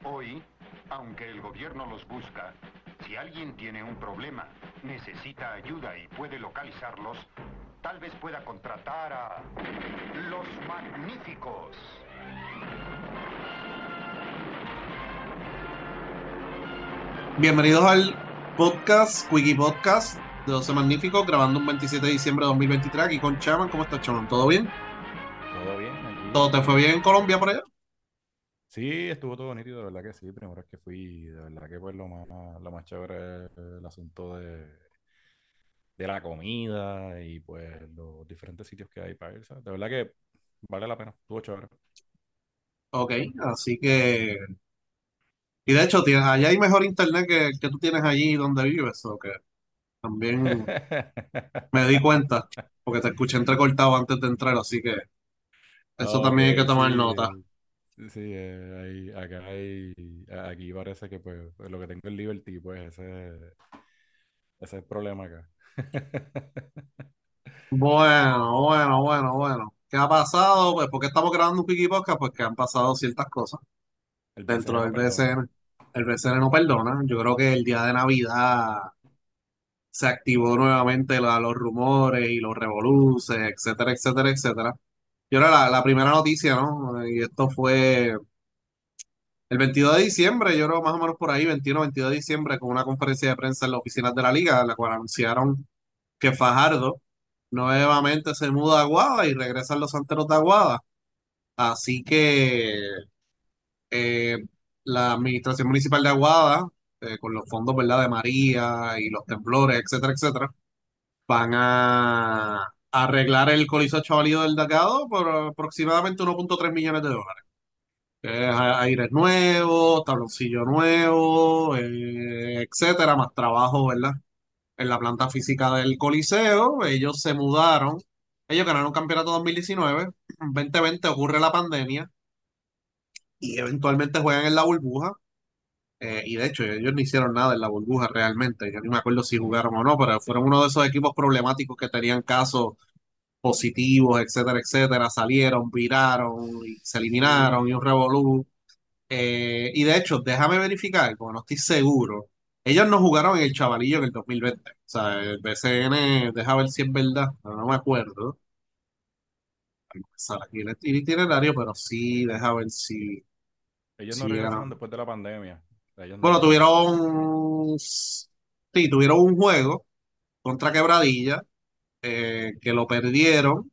Hoy, aunque el gobierno los busca, si alguien tiene un problema, necesita ayuda y puede localizarlos, tal vez pueda contratar a los magníficos. Bienvenidos al podcast, Wiki Podcast de 12 Magníficos, grabando un 27 de diciembre de 2023 aquí con Chaman. ¿Cómo estás, Chaman? ¿Todo bien? Todo bien ¿Todo te fue Aquí. bien en Colombia por allá? Sí, estuvo todo nítido, de verdad que sí. Primera vez que fui, de verdad que pues lo más chévere es el asunto de la comida y pues los diferentes sitios que hay para ir, ¿sabes? De verdad que vale la pena, estuvo chévere. Ok, así que... Y de hecho, allá hay mejor internet que tú tienes allí donde vives, o que también me di cuenta, porque te escuché entrecortado antes de entrar, así que eso Ok, también hay que tomar sí, nota. sí, aquí parece que pues, lo que tengo es Liberty, pues ese es el problema acá. Bueno. ¿Qué ha pasado? Pues, ¿por qué estamos grabando un Wiki Podcast? Pues que han pasado ciertas cosas El dentro BCN del no perdona. BCN. El BCN no perdona. Yo creo que el día de Navidad se activó nuevamente los rumores y los revoluces, etcétera, etcétera, etcétera. Yo era la primera noticia, ¿no? Y esto fue el 22 de diciembre, yo creo más o menos por ahí, 21, 22 de diciembre, con una conferencia de prensa en las oficinas de la liga, en la cual anunciaron que Fajardo nuevamente se muda a Aguada y regresan los Santeros de Aguada. Así que eh, la administración municipal de Aguada, con los fondos, ¿verdad?, de María y los temblores, etcétera, etcétera, van a arreglar el Coliseo Chavalío del Dacado por aproximadamente 1.3 millones de dólares. Aires nuevos, tabloncillo nuevo, etcétera, más trabajo, ¿verdad? En la planta física del Coliseo. Ellos se mudaron. Ellos ganaron un campeonato 2019. 2020 ocurre la pandemia y eventualmente juegan en la burbuja. Y de hecho, ellos no hicieron nada en la burbuja realmente. Yo ni me acuerdo si jugaron o no, pero fueron uno de esos equipos problemáticos que tenían casos positivos, etcétera, etcétera. Salieron, viraron y se eliminaron y Sí, un revolú. Y de hecho, déjame verificar, porque no estoy seguro. Ellos no jugaron en el Chavalillo en el 2020. O sea, el BCN, deja ver si es verdad, pero no me acuerdo. Sale aquí el itinerario, pero sí, deja ver ellos no si regresaron llegaron. después de la pandemia. Ellos Bueno, no. tuvieron un juego contra Quebradilla, que lo perdieron.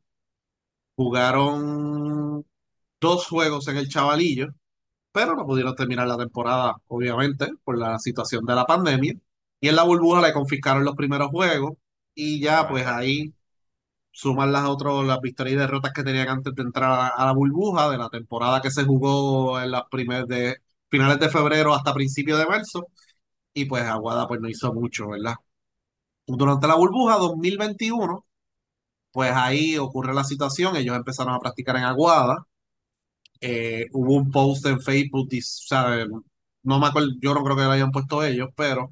Jugaron dos juegos en el Chavalillo, pero no pudieron terminar la temporada, obviamente, por la situación de la pandemia. Y en la burbuja le confiscaron los primeros juegos y ya Ah, pues exacto. ahí suman las victorias y derrotas que tenían antes de entrar a la burbuja de la temporada que se jugó en las de finales de febrero hasta principios de marzo. Y pues Aguada pues no hizo mucho, ¿verdad? Durante la burbuja 2021, pues ahí ocurre la situación, ellos empezaron a practicar en Aguada. Hubo un post en Facebook, ¿sabe? No me acuerdo, yo no creo que lo hayan puesto ellos, pero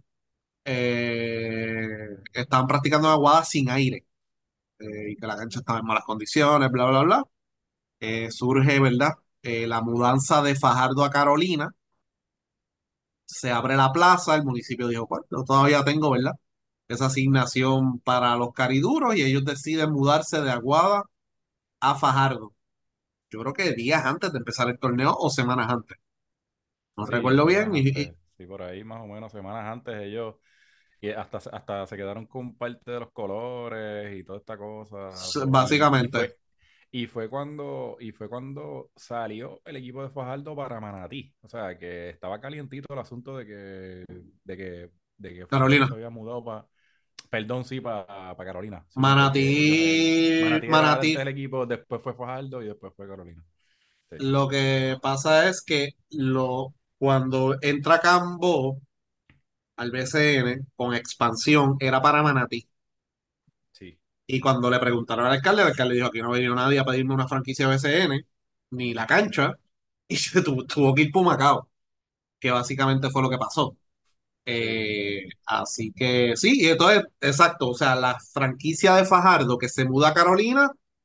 estaban practicando en Aguada sin aire, y que la cancha estaba en malas condiciones, bla, bla, bla. Surge, ¿verdad? La mudanza de Fajardo a Carolina, se abre la plaza, el municipio dijo, bueno, yo todavía tengo, ¿verdad? Esa asignación para los cariduros y ellos deciden mudarse de Aguada a Fajardo. Yo creo que días antes de empezar el torneo o semanas antes. No Sí, recuerdo semanas bien. antes. Sí, por ahí más o menos semanas antes ellos. Y hasta se quedaron con parte de los colores y toda esta cosa. Básicamente, Y fue cuando salió el equipo de Fajardo para Manatí. O sea, que estaba calientito el asunto de que Fajardo se Carolina. había mudado para, perdón, sí, para Carolina. Sí, porque Manatí, Manatí era Manatí. antes el equipo, después fue Fajardo y después fue Carolina. Sí. Lo que pasa es que cuando entra Cambó al BCN con expansión era para Manatí. Sí. Y cuando le preguntaron al alcalde, el alcalde dijo: aquí no ha venido nadie a pedirme una franquicia BCN, ni la cancha, y tuvo que ir por Macao, que básicamente fue lo que pasó. Sí. Así que sí, y entonces, exacto, o sea, la franquicia de Fajardo que se muda a Carolina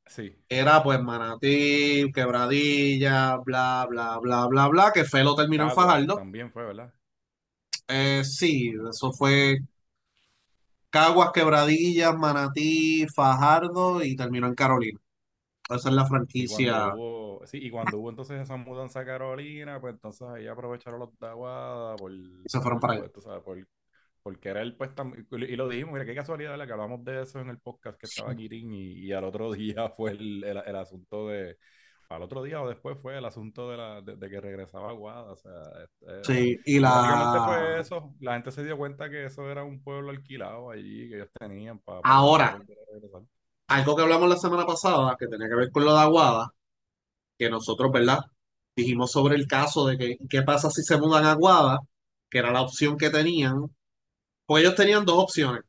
Sí, Era pues Manatí, Quebradilla, bla, bla, bla, bla, bla, que Felo terminó en Caguas Fajardo. también fue, ¿verdad? Sí, eso fue Caguas, Quebradillas, Manatí, Fajardo y terminó en Carolina. Esa es la Y cuando franquicia. hubo, sí, y cuando hubo entonces esa mudanza a Carolina, pues entonces ahí aprovecharon los de Aguada Y se fueron para allá. pues, tú sabes, por querer, pues, y lo dijimos, mira, qué casualidad, ¿verdad? Que hablamos de eso en el podcast que estaba Kirin y al otro día fue el asunto al otro día o después fue el asunto de que regresaba a Aguada, o sea, Sí, y y básicamente la... fue eso, la gente se dio cuenta que eso era un pueblo alquilado allí que ellos tenían para después Ahora, volver a regresar. algo que hablamos la semana pasada, que tenía que ver con lo de Aguada, que nosotros, ¿verdad? Dijimos sobre el caso de que, ¿qué pasa si se mudan a Aguada? Que era la opción que tenían. Pues ellos tenían dos opciones,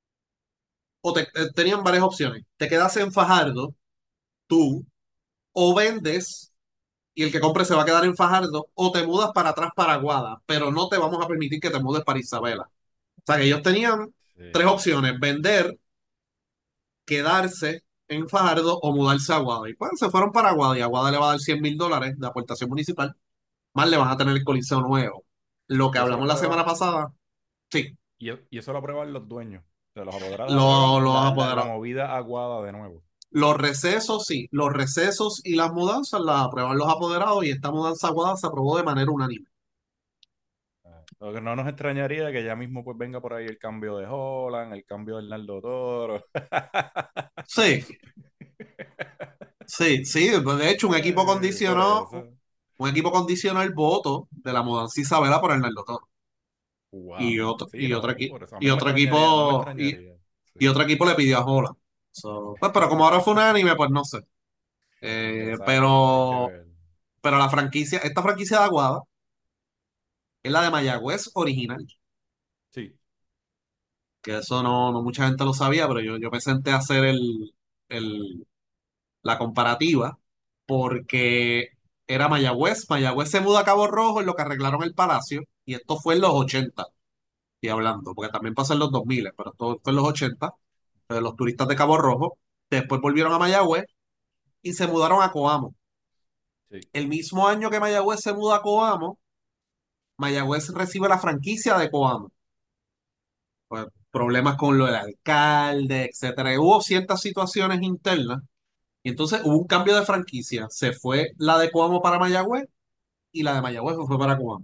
tenían varias opciones. Te quedas en Fajardo, tú, o vendes y el que compre se va a quedar en Fajardo, o te mudas para atrás para Aguada, pero no te vamos a permitir que te mudes para Isabela. O sea que ellos tenían tres Sí, opciones: vender, quedarse en Fajardo o mudarse a Aguada. Y pues se fueron para Aguada y Aguada le va a dar $100,000 de aportación municipal, más le van a tener el coliseo nuevo. Lo que y eso lo hablamos la semana aprueban, pasada, sí, y eso lo aprueban los dueños. O sea, los apoderados aprueban lo vas a la poder. movida aguada de nuevo. Los recesos, sí, los recesos y las mudanzas las aprueban los apoderados y esta mudanza a Aguada se aprobó de manera unánime. Lo que no nos extrañaría que ya mismo pues venga por ahí el cambio de Holland, el cambio de Hernando Toro. Sí, sí, sí. Pues, de hecho, Por eso. un equipo condicionó el voto de la mudanza Isabela por Hernando Toro. Y Wow. otro, Sí, y otro no, equipo, por eso. A y mí no me otro extrañaría, no me equipo, extrañaría. y Sí. otro equipo le pidió a Jola. Pues, pero como ahora fue unánime, pues no sé. Exacto, hay que Pero, ver. pero la franquicia, esta franquicia de Aguada es la de Mayagüez original. Sí, Que eso no mucha gente lo sabía, pero yo me senté a hacer el, la comparativa porque era Mayagüez. Mayagüez se muda a Cabo Rojo en lo que arreglaron el Palacio y esto fue en los 80 y hablando, porque también pasó en los 2000, pero esto fue en los 80, los turistas de Cabo Rojo. Después volvieron a Mayagüez y se mudaron a Coamo. sí, El mismo año que Mayagüez se muda a Coamo, Mayagüez recibe la franquicia de Coamo. Pues, problemas con lo del alcalde, etcétera. Y hubo ciertas situaciones internas y entonces hubo un cambio de franquicia. Se fue la de Coamo para Mayagüez y la de Mayagüez se fue para Coamo.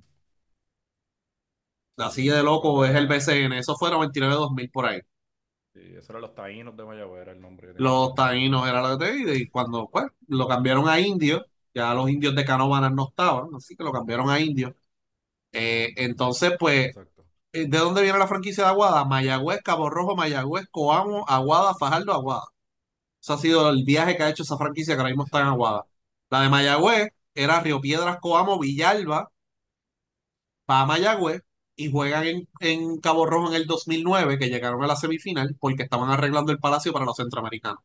La sí. silla de Eso loco cuando es el era. BCN. Eso fue 99-2000 por ahí. Sí, eso eran los taínos de Mayagüez, era el nombre que tenía Los entendido. taínos era la de y cuando pues lo cambiaron a indios, ya los indios de Canóvanas no estaban, así que lo cambiaron a indios. Entonces, pues, Exacto. ¿de dónde viene la franquicia de Aguada? Mayagüez, Cabo Rojo, Mayagüez, Coamo, Aguada, Fajardo, Aguada. Ese ha sido el viaje que ha hecho esa franquicia que ahora mismo está en Sí, Aguada. La de Mayagüez era Río Piedras, Coamo, Villalba, para Mayagüez y juegan en Cabo Rojo en el 2009, que llegaron a la semifinal porque estaban arreglando el palacio para los centroamericanos.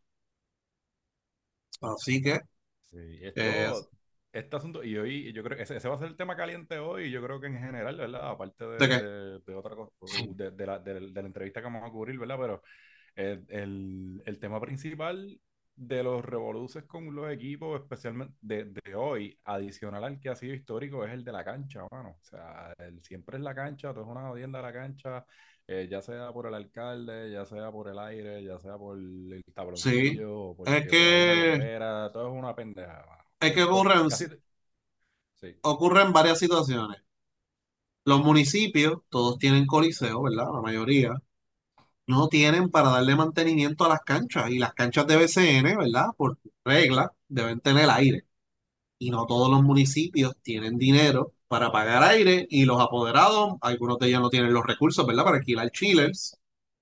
Así que, sí. eh, Este asunto, y hoy yo creo que ese va a ser el tema caliente hoy, y yo creo que en general, ¿verdad? Aparte ¿de qué? de otra cosa, de la entrevista que vamos a cubrir, ¿verdad? Pero el tema principal de los revoluces con los equipos, especialmente de hoy, adicional al que ha sido histórico, es el de la cancha, mano. O sea, siempre es la cancha, todo es una jodienda la cancha, ya sea por el alcalde, ya sea por el aire, ya sea por el Sí, tabloncillo, o es porque pues hay una que, barrera, todo es una pendeja, mano. es que Casi, sí, ocurren varias situaciones. Los municipios, todos tienen coliseo, ¿verdad? La mayoría no tienen para darle mantenimiento a las canchas y las canchas de BCN, ¿verdad? Por regla, deben tener aire. Y no todos los municipios tienen dinero para pagar aire y los apoderados, algunos de ellos no tienen los recursos, ¿verdad? Para alquilar chillers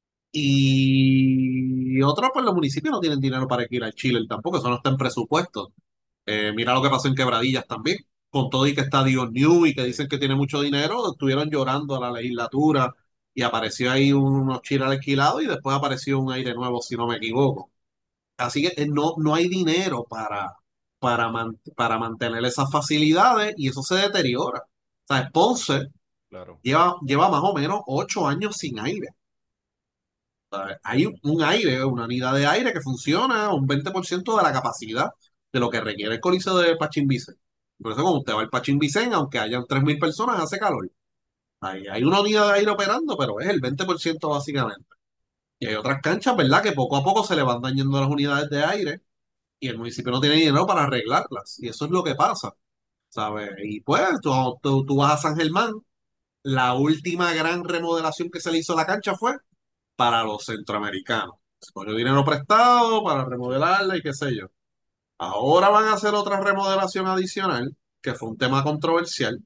y otros, pues los municipios no tienen dinero para alquilar chiller tampoco, eso no está en presupuesto. Mira lo que pasó en Quebradillas también, con todo y que está Dios New y que sí, dicen que tiene mucho dinero, estuvieron llorando a la legislatura y apareció ahí unos chillers alquilados y después apareció un aire nuevo, si no me equivoco. Así que no hay dinero para mantener esas facilidades y eso se deteriora. O sea, Ponce claro. lleva más o menos 8 años sin aire. ¿Sabes? Hay un aire, una unidad de aire que funciona a un 20% de la capacidad de lo que requiere el Coliseo de Pachín Vicente. Por eso cuando usted va al Pachín Vicente, aunque hayan 3.000 personas, hace calor. Ahí hay una unidad de aire operando, pero es el 20% básicamente. Y hay otras canchas, ¿verdad? Que poco a poco se le van dañando las unidades de aire y el municipio no tiene dinero para arreglarlas. Y eso es lo que pasa, ¿sabes? Y pues tú vas a San Germán, la última gran remodelación que se le hizo a la cancha fue para los centroamericanos. Se cogió dinero prestado para Sí. remodelarla y qué sé yo. Ahora van a hacer otra remodelación adicional, que fue un tema controversial,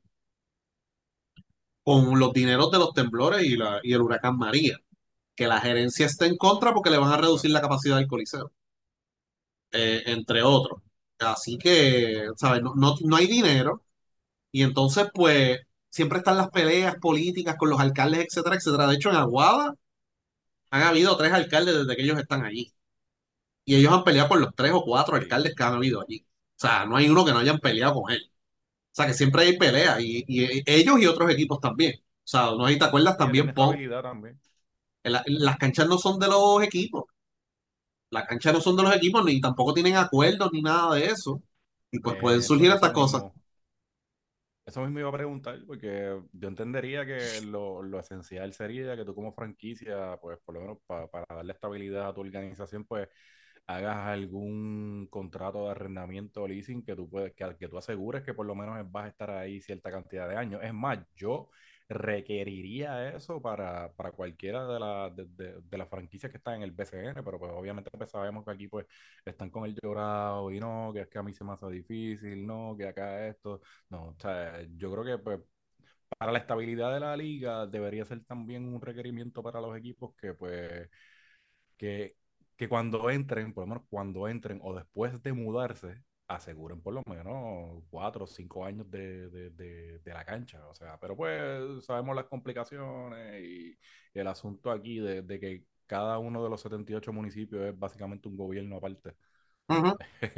con los dineros de los temblores y el huracán María, que la gerencia está en contra porque le van a reducir Exacto. la capacidad del Coliseo, entre otros. Así que, ¿sabes? No hay dinero y entonces, pues, siempre están las peleas políticas con los alcaldes, etcétera, etcétera. De hecho, en Aguada han habido 3 alcaldes desde que ellos están allí. Y ellos han peleado por los 3 o 4 Sí. alcaldes que han habido allí. O sea, no hay uno que no hayan peleado con él. O sea, que siempre hay pelea y ellos y otros equipos también. O sea, no sé si te acuerdas Y hay también, inestabilidad también. las canchas no son de los equipos. Las canchas no son de los equipos ni tampoco tienen acuerdos ni nada de eso. Y pues pueden Eso, surgir estas cosas. eso mismo iba a preguntar, porque yo entendería que lo esencial sería que tú como franquicia, pues por lo menos para darle estabilidad a tu organización, pues hagas algún contrato de arrendamiento o leasing que tú puedes, que tú asegures que por lo menos vas a estar ahí cierta cantidad de años. Es más, yo requeriría eso para cualquiera de las franquicias que están en el BCN, pero pues obviamente pues sabemos que aquí pues están con el llorado y no, que es que a mí se me hace difícil, no, que acá esto, no, o sea, yo creo que pues para la estabilidad de la liga debería ser también un requerimiento para los equipos que pues que, que cuando entren, por lo menos cuando entren o después de mudarse, aseguren por lo menos 4 o 5 años de la cancha. O sea, pero pues sabemos las complicaciones y el asunto aquí de que cada uno de los 78 municipios es básicamente un gobierno aparte. Ujú.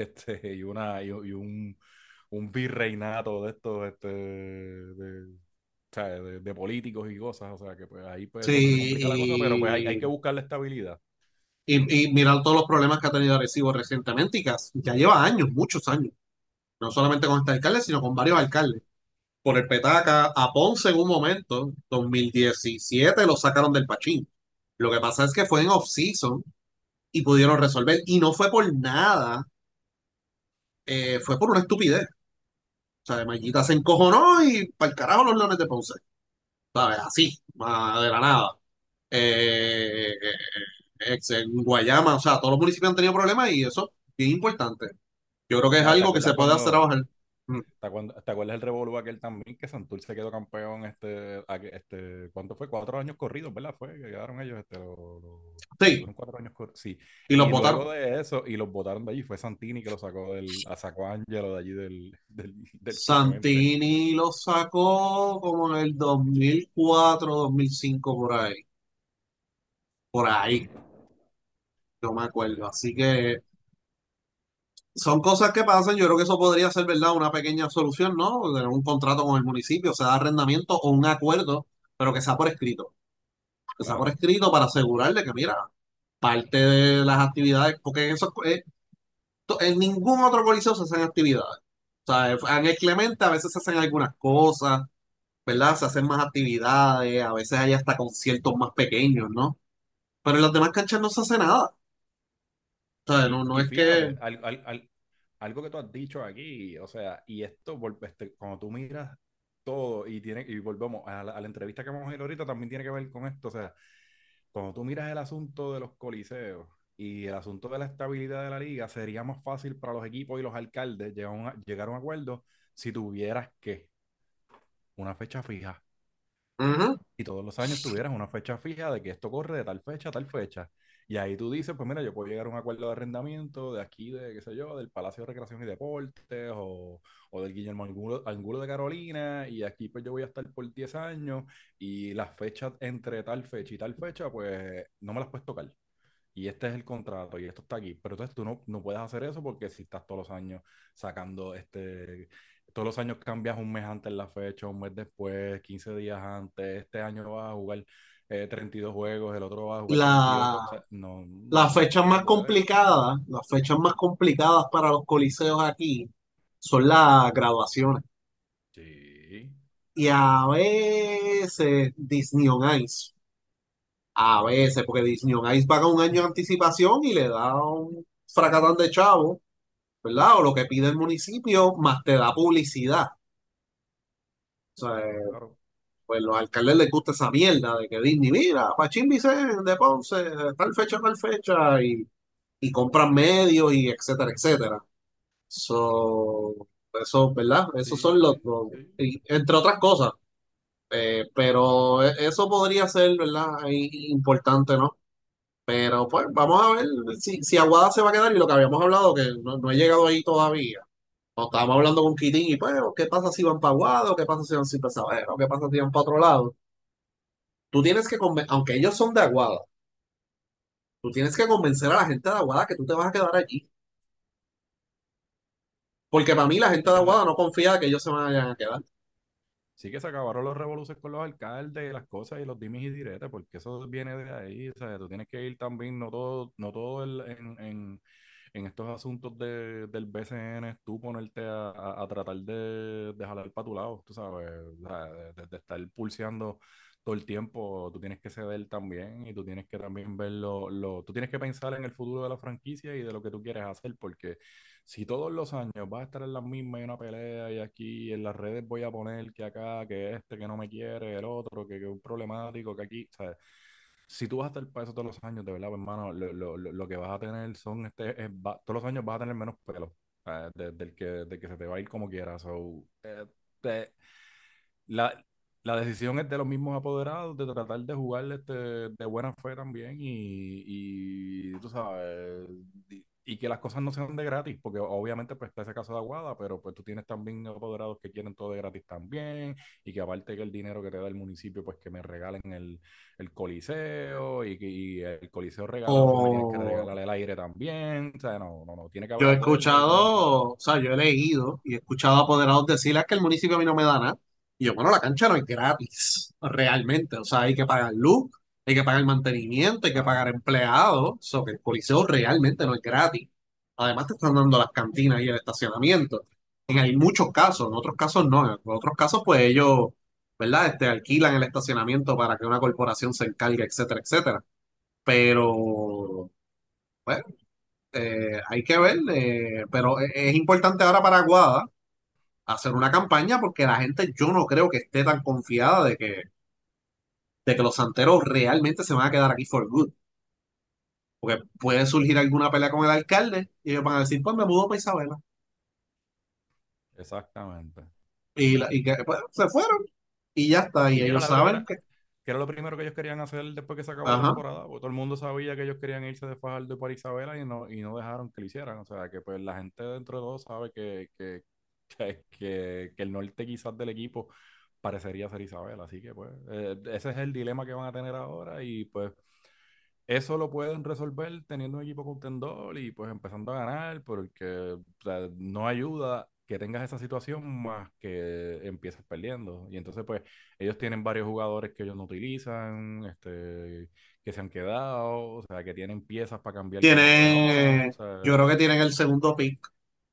Un virreinato de estos, o sea, de políticos y cosas. O sea, que pues ahí pues es donde se complica la cosa, pero pues hay que Sí, buscar la estabilidad. y mirar todos los problemas que ha tenido Arecibo recientemente y que ya lleva años, muchos años. No solamente con este alcalde, sino con varios alcaldes. Por el petaca. A Ponce en un momento, 2017, lo sacaron del Pachín. Lo que pasa es que fue en off-season y pudieron resolver. Y no fue por nada, fue por una estupidez. O sea, Mayita se encojonó y para el carajo los Leones de Ponce. ¿Sabes? Así, de la nada. En Guayama, o sea, todos los municipios han tenido problemas y eso es bien importante. Yo creo que es Mira, algo que se puede hacer trabajar. Mm. te acuerdas el revolú aquel también que Santurce quedó campeón ¿cuánto fue? 4 años corridos, ¿verdad? Fue que quedaron ellos, Sí, fueron 4 años corridos, sí. y los Y votaron. luego de eso, y los votaron de allí, fue Santini que lo sacó a Angelo de allí del Clemente. Santini lo sacó como en el 2004, 2005, por ahí, no me Sí, acuerdo. Así que son cosas que pasan. Yo creo que eso podría ser, ¿verdad? Una pequeña solución, ¿no? Tener un contrato con el municipio, sea arrendamiento o un acuerdo, pero que sea por escrito. Que sea por claro. escrito para asegurarle que, mira, parte de las actividades, porque en ningún otro coliseo se hacen actividades. O sea, en el Clemente a veces se hacen algunas cosas, ¿verdad? Se hacen más actividades, a veces hay hasta conciertos más pequeños, ¿no? Pero en las demás canchas no se hace nada. O sea, no Y es que... fíjate, algo que tú has dicho aquí, o sea, y esto, cuando tú miras todo y volvemos a la entrevista que vamos a ir ahorita, también tiene que ver con esto, o sea, cuando tú miras el asunto de los coliseos y el asunto de la estabilidad de la liga, sería más fácil para los equipos y los alcaldes llegar a un acuerdo si tuvieras que una fecha fija Ujú. y todos los años tuvieras una fecha fija de que esto corre de tal fecha a tal fecha. Y ahí tú dices, pues mira, yo puedo llegar a un acuerdo de arrendamiento de aquí, de qué sé yo, del Palacio de Recreación y Deportes o del Guillermo Angulo de Carolina, y aquí pues yo voy a estar por 10 años y las fechas entre tal fecha y tal fecha, pues no me las puedes tocar. Y este es el contrato y esto está aquí. Pero entonces tú no puedes hacer eso porque si estás todos los años sacando todos los años cambias un mes antes la fecha, un mes después, 15 días antes, este año vas a jugar 32 juegos, el otro va a jugar 38. O La, sea, no, las fechas no se más puede. complicadas, las fechas más complicadas para los coliseos aquí son las graduaciones. Sí, Y a veces Disney on Ice. A veces, porque Disney on Ice paga un año de anticipación y le da un fracatán de chavo, ¿verdad? O lo que pide el municipio, más te da publicidad. O sea, claro. pues los alcaldes les gusta esa mierda de que Disney, mira, Pachín Vicente de Ponce, tal fecha, y compran medios y etcétera, etcétera. Eso, ¿verdad? Esos son Sí, sí. entre otras cosas. Pero eso podría ser, ¿verdad? Ahí importante, ¿no? Pero pues vamos a ver si Aguada se va a quedar y lo que habíamos hablado, que no he llegado ahí todavía. Nos estábamos hablando con Kitín y pues, ¿qué pasa si van para Aguada? ¿O qué pasa si van sin Saber? ¿O qué pasa si van para otro lado? Tú tienes que aunque ellos son de Aguada, tú tienes que convencer a la gente de Aguada que tú te vas a quedar allí. Porque para mí la gente Sí de que Aguada no confía que ellos se vayan a quedar. Sí que se acabaron los revoluciones con los alcaldes y las cosas y los dimes y diretes, porque eso viene de ahí. O sea, tú tienes que ir también, no todo en estos asuntos del BCN, tú ponerte a tratar de jalar para tu lado, tú sabes, o sea, de estar pulseando todo el tiempo, tú tienes que ceder también y tú tienes que también ver tú tienes que pensar en el futuro de la franquicia y de lo que tú quieres hacer, porque si todos los años vas a estar en la misma y una pelea y aquí en las redes voy a poner que acá, que este que no me quiere, el otro, que es un problemático, que aquí, ¿sabes? Si tú vas a estar para eso todos los años, de verdad, pues, hermano, lo que vas a tener son, todos los años vas a tener menos pelo, del que se te va a ir como quieras. So, te- la, la decisión es de los mismos apoderados de tratar de jugar de buena fe también y tú sabes, y que las cosas no sean de gratis, porque obviamente pues está ese caso de Aguada, pero pues tú tienes también apoderados que quieren todo de gratis también y que aparte que el dinero que te da el municipio pues que me regalen el coliseo y el coliseo regalado tú me tienes que O regalar el aire también, o sea, no, tiene que haber yo he acuerdo y tiene que... escuchado, o sea, yo he leído y he escuchado apoderados decirles que el municipio a mí no me da nada. Y yo, bueno, la cancha no es gratis, realmente. O sea, hay que pagar luz, hay que pagar mantenimiento, hay que pagar Claro, empleados. O sea, que el coliseo realmente no es gratis. Además, te están dando las cantinas y el estacionamiento. Hay muchos casos, en otros casos no. En otros casos, pues ellos, ¿verdad? Alquilan el estacionamiento para que una corporación se encargue, etcétera, etcétera. Pero, bueno, hay que ver, pero es importante ahora para Aguada hacer una campaña porque la gente yo no creo que esté tan confiada de que los santeros realmente se van a quedar aquí for good. Porque puede surgir alguna pelea con el alcalde y ellos van a decir, pues me mudo para Isabela. exactamente. Y que pues, se fueron y ya está. Y Sí, que era ellos la saben primera, que, que era lo primero que ellos querían hacer después que se acabó la ajá, temporada, porque todo el mundo sabía que ellos querían irse de Fajardo para Isabela y no dejaron que lo hicieran. O sea, que pues la gente dentro de todo sabe que el norte quizás del equipo parecería ser Isabela. Así que pues ese es el dilema que van a tener ahora y pues eso lo pueden resolver teniendo un equipo contendor y pues empezando a ganar, porque o sea, no ayuda que tengas esa situación más que empieces perdiendo. Y entonces pues ellos tienen varios jugadores que ellos no utilizan, que se han quedado, o sea, que tienen piezas para cambiar con las que no, o yo sea, creo que tienen el segundo pick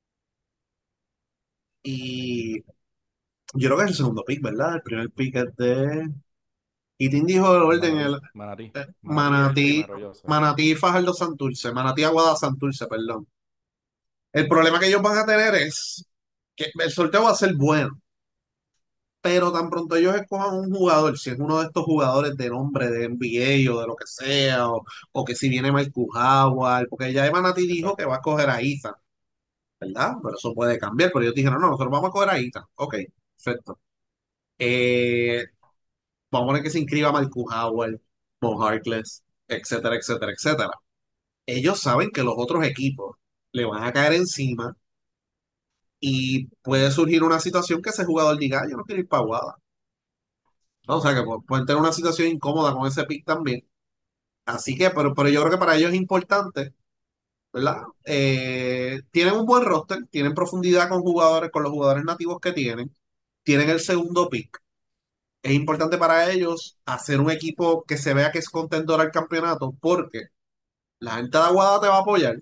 y yo creo que es el segundo pick, ¿verdad? El primer pick es de... Y Tim dijo el de orden, Manatí, Manatí. Manatí es el Manatí, primero, yo sé. Manatí Fajardo Santurce, Manatí Aguada Santurce, perdón. El problema que ellos van a tener es que el sorteo va a ser bueno, pero tan pronto ellos escojan un jugador, si es uno de estos jugadores de nombre de NBA o de lo que sea, o que si viene Marcus Howard, porque ya Manatí dijo que va a Exacto. coger a Ethan, ¿verdad? Pero eso puede cambiar, pero ellos dijeron, no, nosotros vamos a coger a Ethan. Ok, perfecto. Eh, Vamos a poner que se inscriba Marcus Howard, Mo Harkless, etcétera, etcétera, etcétera. Ellos saben que los otros equipos le van a caer encima y puede surgir una situación que ese jugador diga, "Ah, yo no quiero ir para Aguada". ¿No? O sea que Exacto. pueden tener una situación incómoda con ese pick también. Así que, pero yo creo que para ellos es importante, ¿verdad? Tienen un buen roster, tienen profundidad con jugadores, con los jugadores nativos que tienen el segundo pick. es importante para ellos hacer un equipo que se vea que es contendor al campeonato porque la gente de Aguada te va a apoyar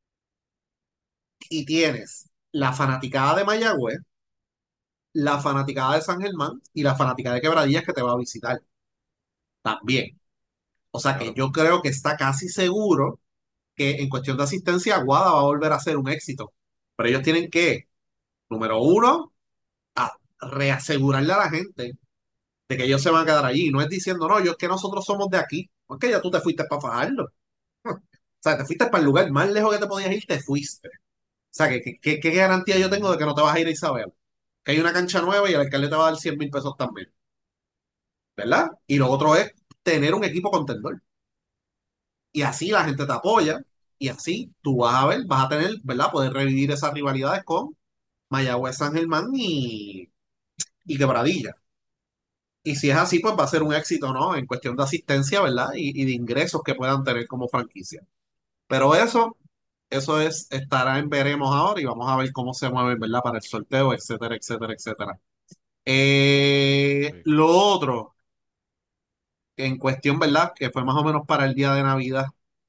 y tienes la fanaticada de Mayagüez, la fanaticada de San Germán y la fanaticada de Quebradillas que te va a visitar también. O sea que Claro. yo creo que está casi seguro que en cuestión de asistencia Aguada va a volver a ser un éxito. Pero ellos tienen que, número uno, reasegurarle a la gente de que ellos se van a quedar allí. No es diciendo, no, yo es que nosotros somos de aquí. Porque ya tú te fuiste para Fajardo. O sea, te fuiste para el lugar más lejos que te podías ir, te fuiste. O sea, ¿qué garantía yo tengo Ujú. de que no te vas a ir a Isabel? Que hay una cancha nueva y el alcalde te va a dar 100.000 pesos también, ¿verdad? Y lo otro es tener un equipo contendor. Y así la gente te apoya y así tú vas a ver, vas a tener, ¿verdad? Poder revivir esas rivalidades con Mayagüez, San Germán y Quebradilla. Y si es así, pues va a ser un éxito, ¿no? En cuestión de asistencia, ¿verdad? Y de ingresos que puedan tener como franquicia. Pero eso estará en veremos ahora y vamos a ver cómo se mueven, ¿verdad? Para el sorteo, etcétera, etcétera, etcétera. Sí. Lo otro, en cuestión, ¿verdad? Que fue más o menos para el día de Navidad.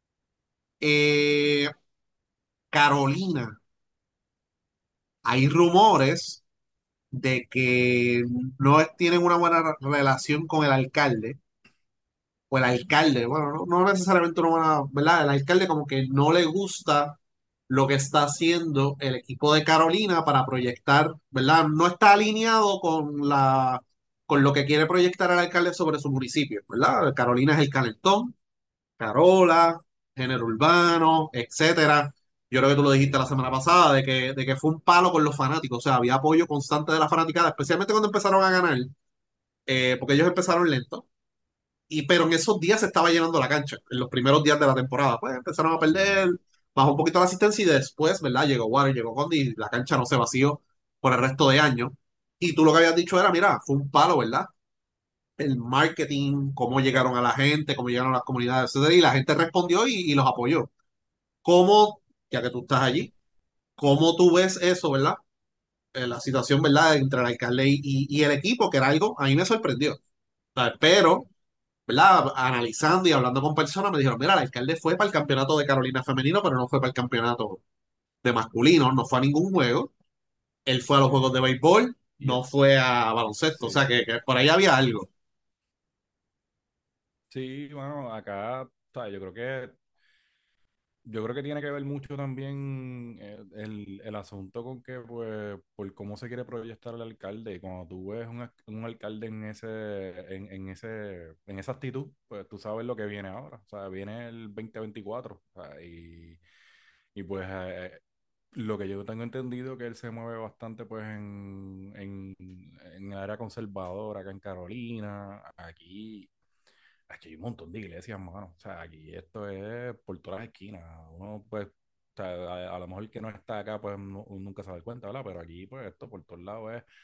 Eh, Carolina, hay rumores de que no tienen una buena relación con el alcalde o el alcalde, bueno, no necesariamente una buena, ¿verdad? El alcalde como que no le gusta lo que está haciendo el equipo de Carolina para proyectar, ¿verdad? No está alineado con lo que quiere proyectar el alcalde sobre su municipio, ¿verdad? Carolina es el calentón, Carola, género urbano, etcétera. Yo creo que tú lo dijiste la Sí, semana sí, sí. pasada, de que fue un palo con los fanáticos, o sea, había apoyo constante de la fanaticada, especialmente cuando empezaron a ganar, porque ellos empezaron lento pero en esos días se estaba llenando la cancha, en los primeros días de la temporada. Pues empezaron a perder, Sí. bajó un poquito la asistencia y después, ¿verdad? Llegó Warren, llegó Condi y la cancha no se vació por el resto de años. Y tú lo que habías dicho era, mira, fue un palo, ¿verdad? El marketing, cómo llegaron a la gente, cómo llegaron a las comunidades, etcétera, y la gente respondió y los apoyó. ¿Cómo, ya que tú estás allí, cómo tú ves eso, ¿verdad? La situación, ¿verdad? Entre el alcalde y el equipo, que era algo, a mí me sorprendió. ¿Sabes? Pero ¿verdad? Analizando y hablando con personas, me dijeron, mira, el alcalde fue para el campeonato de Carolina femenino, pero no fue para el campeonato de masculino, no fue a ningún juego. Él fue a los Sí. juegos de béisbol, Y, no fue a baloncesto, o sea sí. que por ahí había algo. Sí, bueno, acá, o sea, yo creo que tiene que ver mucho también el asunto con que, pues, por cómo se quiere proyectar el alcalde. Y cuando tú ves un alcalde en esa actitud, pues tú sabes lo que viene ahora. O sea, viene el 2024. O sea, y pues lo que yo tengo entendido que él se mueve bastante, pues, en el área conservadora, acá en Carolina, aquí hay un montón de iglesias, mano. O sea, aquí esto es por todas las esquinas. Uno, pues, o sea, a lo mejor el que no está acá, pues nunca se da cuenta, ¿verdad? Pero aquí, pues, esto por todos lados es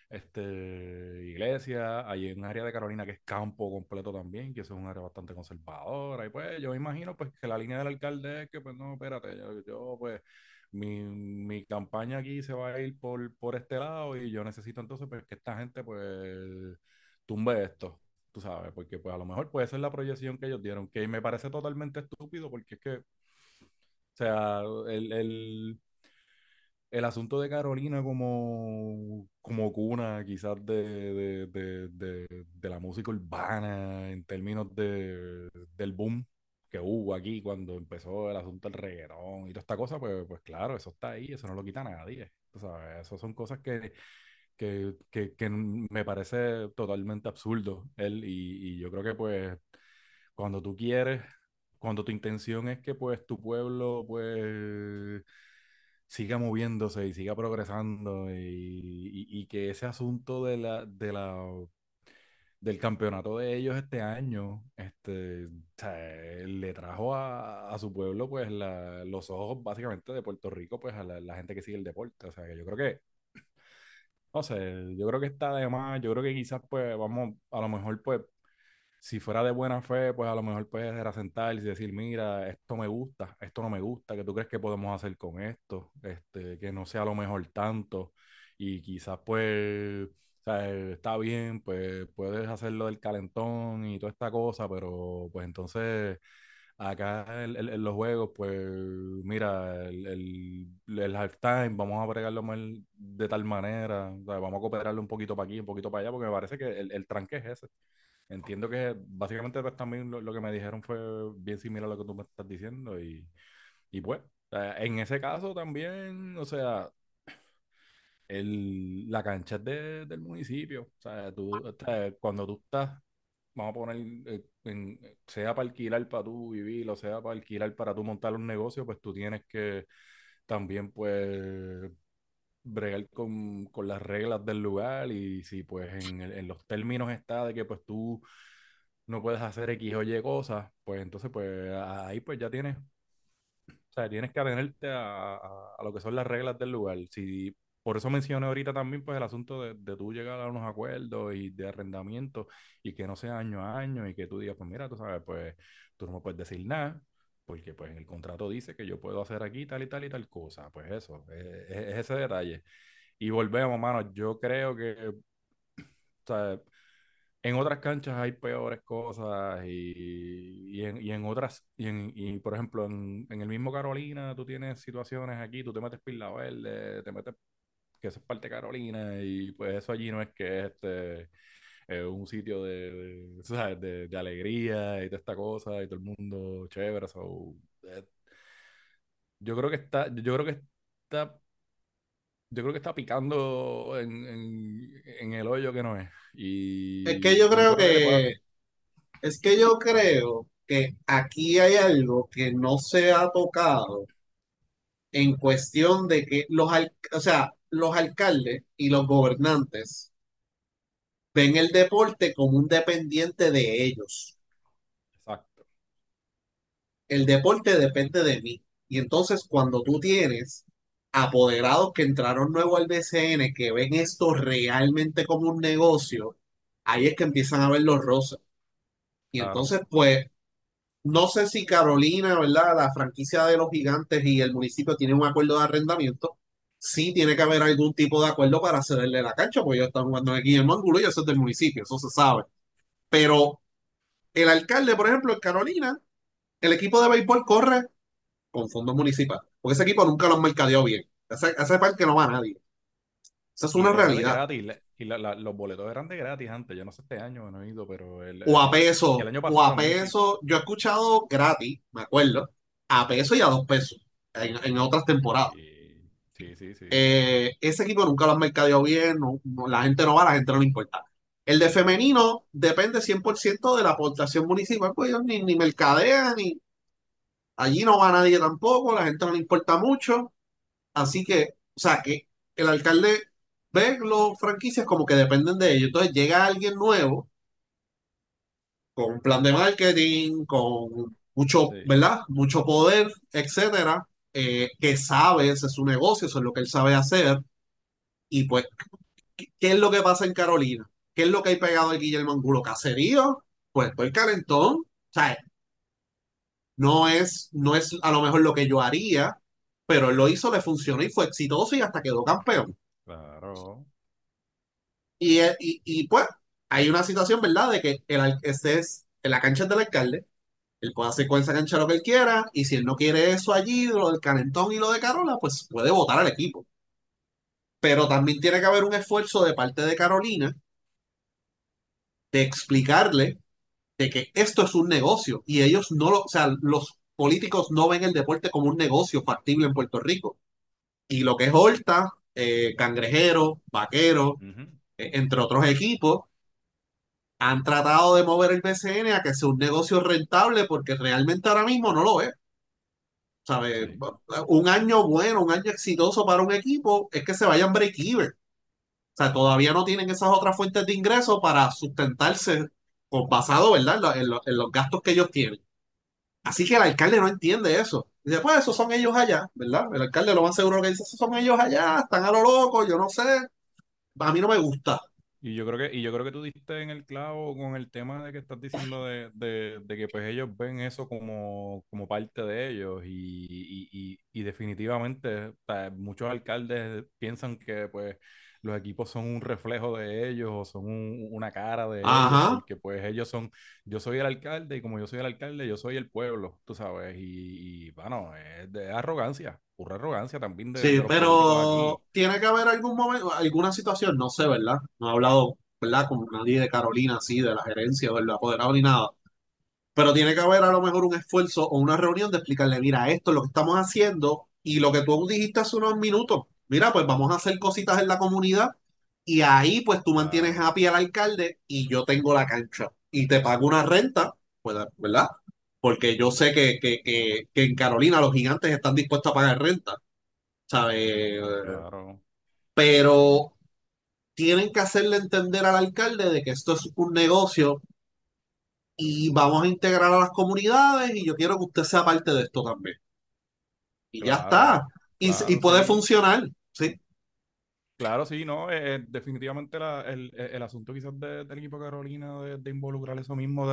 iglesia. Hay un área de Carolina que es campo completo también, que eso es un área bastante conservadora. Y pues, yo me imagino, pues, que la línea del alcalde es que, pues, no, espérate, pues, mi campaña aquí se va a ir por este lado y yo necesito entonces, pues, que esta gente, pues, tumbe esto. Tú sabes, porque pues a lo mejor puede ser la proyección que ellos dieron, que me parece totalmente estúpido porque es que, o sea, el asunto de Carolina como cuna quizás de la música urbana en términos del boom que hubo aquí cuando empezó el asunto del reggaetón y toda esta cosa, pues claro, eso está ahí, eso no lo quita nadie. Tú sabes, eso son cosas que me parece totalmente absurdo él y yo creo que pues cuando tú quieres, cuando tu intención es que pues tu pueblo pues siga moviéndose y siga progresando y que ese asunto del campeonato de ellos este año, o sea, le trajo a su pueblo pues los ojos básicamente de Puerto Rico pues a la gente que sigue el deporte, o sea que yo creo que no sé, yo creo que está de más, yo creo que quizás pues vamos, a lo mejor pues si fuera de buena fe, pues a lo mejor puedes era sentarse y decir, mira, esto me gusta, esto no me gusta, ¿qué tú crees que podemos hacer con esto? Que no sea a lo mejor tanto y quizás pues sea, está bien, pues puedes hacer lo del calentón y toda esta cosa, pero pues entonces acá en los juegos, pues mira, el halftime, vamos a bregarlo de tal manera, o sea, vamos a cooperarlo un poquito para aquí, un poquito para allá, porque me parece que el tranque es ese. Entiendo que básicamente pues, también lo que me dijeron fue bien similar a lo que tú me estás diciendo y pues, en ese caso también, o sea, la cancha es del municipio. O sea, o sea, cuando tú estás, vamos a poner, sea para alquilar para tú vivir, o sea para alquilar para tú montar un negocio, pues tú tienes que también, pues, bregar con las reglas del lugar y si, pues, en los términos está de que, pues, tú no puedes hacer X o Y cosas, pues, entonces, pues, ahí, pues, ya tienes o sea, tienes que atenerte a lo que son las reglas del lugar. Si, por eso mencioné ahorita también pues el asunto de tú llegar a unos acuerdos y de arrendamiento y que no sea año a año y que tú digas, pues mira, tú sabes, pues tú no me puedes decir nada porque pues en el contrato dice que yo puedo hacer aquí tal y tal y tal cosa. Pues eso, es ese detalle. Y volvemos, mano, yo creo que, o sea, en otras canchas hay peores cosas y en otras, por ejemplo, en el mismo Carolina tú tienes situaciones aquí, tú te metes Pila Verde, te metes, que eso es parte de Carolina y pues eso allí no es que es un sitio ¿sabes? De alegría y toda esta cosa y todo el mundo chévere. Eh, yo creo que está, yo creo que está picando en el hoyo que no es Es que yo y creo creo que le puede... que, es que yo Ajá, creo que aquí hay algo que no se ha tocado en cuestión de que o sea, los alcaldes y los gobernantes ven el deporte como un dependiente de ellos. exacto. El deporte depende de mí. Y entonces cuando tú tienes apoderados que entraron nuevo al BCN, que ven esto realmente como un negocio, ahí es que empiezan a ver los roces. Y Claro, entonces, pues, no sé si Carolina, ¿verdad? La franquicia de los gigantes y el municipio tienen un acuerdo de arrendamiento. Sí tiene que haber algún tipo de acuerdo para cederle la cancha, porque ellos están jugando aquí en Mangulo y eso es del municipio, eso se sabe. Pero el alcalde, por ejemplo, en Carolina, el equipo de béisbol corre con fondos municipales, porque ese equipo nunca lo han mercadeado bien. Ese parque no va a nadie. Esa es y una era de realidad. gratis, los boletos eran de gratis antes, yo no sé este año, no he ido, pero el año O pasado a también sí. peso, yo he escuchado gratis, me acuerdo, a peso y a 2 pesos en otras temporadas. Sí, sí, sí, sí. Ese equipo nunca lo han mercadeado bien, la gente no va, la gente no le importa. El de Exacto. femenino depende 100% de la aportación municipal, pues ellos ni mercadean, ni allí no va nadie tampoco, la gente no le importa mucho, así que, o sea, que el alcalde ve los franquicias como que dependen de ellos. Entonces llega alguien nuevo con un plan de marketing, con mucho, Sí, ¿verdad? Mucho poder, etcétera, que sabe, ese es su negocio, eso es lo que él sabe hacer. Y pues, ¿qué es lo que pasa en Carolina? ¿Qué es lo que hay pegado aquí Guillermo Angulo? ¿Caserío? Pues el calentón. O sea, no es a lo mejor lo que yo haría, pero él lo hizo, le funcionó y fue exitoso y hasta quedó campeón. claro. Y pues, hay una situación, ¿verdad? De que este es en la cancha del alcalde. Él puede hacer con esa cancha lo que él quiera, y si él no quiere eso allí, lo del Calentón y lo de Carola, pues puede votar al equipo. Pero también tiene que haber un esfuerzo de parte de Carolina de explicarle de que esto es un negocio y ellos no lo, o sea, los políticos no ven el deporte como un negocio factible en Puerto Rico. Y lo que es Horta, Cangrejero, Vaquero, Ujú, entre otros equipos, han tratado de mover el BCN a que sea un negocio rentable porque realmente ahora mismo no lo es. ¿Sabes? sí. Un año bueno, un año exitoso para un equipo es que se vayan break-even. O sea, todavía no tienen esas otras fuentes de ingresos para sustentarse basado, ¿verdad? En los gastos que ellos tienen. Así que el alcalde no entiende eso. Dice, pues esos son ellos allá, ¿verdad? El alcalde lo más seguro que dice, esos son ellos allá, están a lo loco, yo no sé. A mí no me gusta. Y yo creo que tú diste en el clavo con el tema de que estás diciendo de que pues ellos ven eso como parte de ellos y definitivamente o sea, muchos alcaldes piensan que pues los equipos son un reflejo de ellos o son una cara de ellos, Ajá. porque pues ellos son, yo soy el alcalde y como yo soy el alcalde, yo soy el pueblo, tú sabes, y bueno, es de arrogancia, pura arrogancia también Sí, de los políticos pero aquí. tiene que haber algún momento, alguna situación, no sé, ¿verdad? No he hablado, ¿verdad? Con nadie de Carolina, así, de la gerencia o del apoderado ni nada. Pero tiene que haber a lo mejor un esfuerzo o una reunión de explicarle, mira, esto es lo que estamos haciendo y lo que tú dijiste hace unos minutos, mira, pues vamos a hacer cositas en la comunidad y ahí pues tú mantienes Claro, happy al alcalde y yo tengo la cancha y te pago una renta, pues, ¿verdad? Porque yo sé que en Carolina los gigantes están dispuestos a pagar renta, ¿sabes? claro, Pero tienen que hacerle entender al alcalde de que esto es un negocio y vamos a integrar a las comunidades y yo quiero que usted sea parte de esto también. Y ya claro, está. Y claro, puede sí. funcionar, ¿sí? Claro, sí, no, definitivamente el asunto quizás del equipo de Carolina de involucrar eso mismo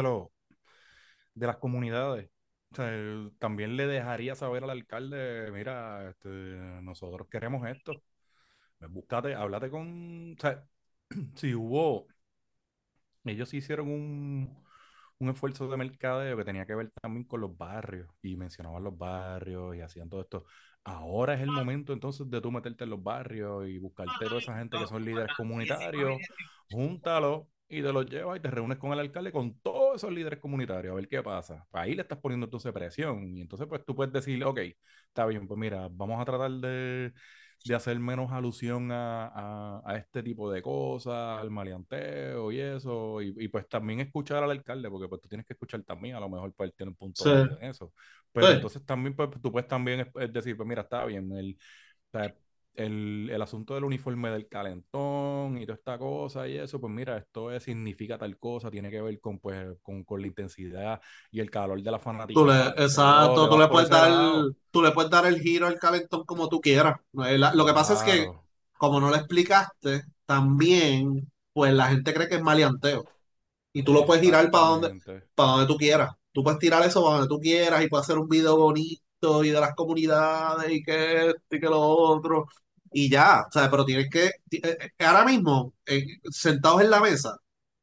de las comunidades. O sea, también le dejaría saber al alcalde, mira, nosotros queremos esto. Búscate, háblate con, o sea, si hubo, ellos sí hicieron un esfuerzo de mercadeo que tenía que ver también con los barrios y mencionaban los barrios y hacían todo esto. Ahora es el momento entonces de tú meterte en los barrios y buscarte toda esa gente que son líderes comunitarios, júntalo y te los llevas y te reúnes con el alcalde, con todos esos líderes comunitarios, a ver qué pasa. Ahí le estás poniendo entonces presión y entonces pues tú puedes decirle, ok, está bien, pues mira, vamos a tratar de hacer menos alusión a este tipo de cosas, al maleanteo y eso, y pues también escuchar al alcalde, porque pues tú tienes que escuchar también, a lo mejor pues él tiene un punto Sí, válido en eso, pero sí. entonces también pues tú puedes también es decir, pues mira, está bien, o sea, el asunto del uniforme del calentón y toda esta cosa y eso, pues mira, significa tal cosa, tiene que ver con, pues, con la intensidad y el calor de la fanaticada, qué sé yo, te Exacto, vas por ese lado. tú le puedes dar el giro al calentón como tú quieras. Lo que pasa es que, Claro, como no le explicaste, también, pues la gente cree que es maleanteo. Y tú lo puedes girar exactamente. para donde tú quieras. Tú puedes tirar eso para donde tú quieras y puedes hacer un video bonito y de las comunidades y que esto y que lo otro. Y ya, o sea, pero tienes que, ahora mismo, sentados en la mesa,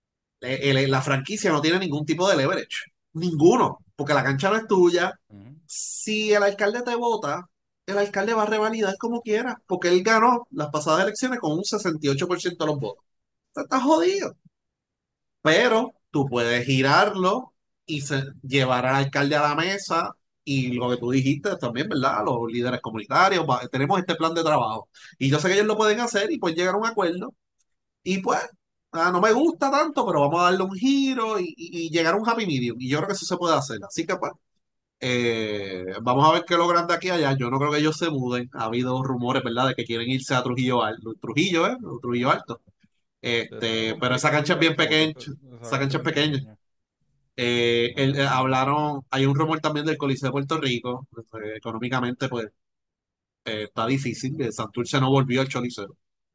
la franquicia no tiene ningún tipo de leverage. Ninguno, porque la cancha no es tuya. Ujú. Si el alcalde te vota, el alcalde va a revalidar como quiera, porque él ganó las pasadas elecciones con un 68% de los votos. Está jodido, pero tú puedes girarlo y llevar al alcalde a la mesa y lo que tú dijiste también, ¿verdad? Los líderes comunitarios, tenemos este plan de trabajo y yo sé que ellos lo pueden hacer y pueden llegar a un acuerdo y pues, no me gusta tanto, pero vamos a darle un giro y llegar a un happy medium y yo creo que eso se puede hacer, así que pues, vamos a ver qué logran de aquí a allá. Yo no creo que ellos se muden, ha habido rumores, ¿verdad? De que quieren irse a Trujillo Alto, Trujillo, ¿eh? Trujillo Alto. Está Pero esa cancha es complicadilla, bien pequeña, esa esa cancha cancha es es bien pequeña. pequeña. Esa cancha es bien pequeña. Hablaron, hay un rumor también del Coliseo de Puerto Rico, pues, económicamente pues está difícil, Santurce no volvió al Choliseo.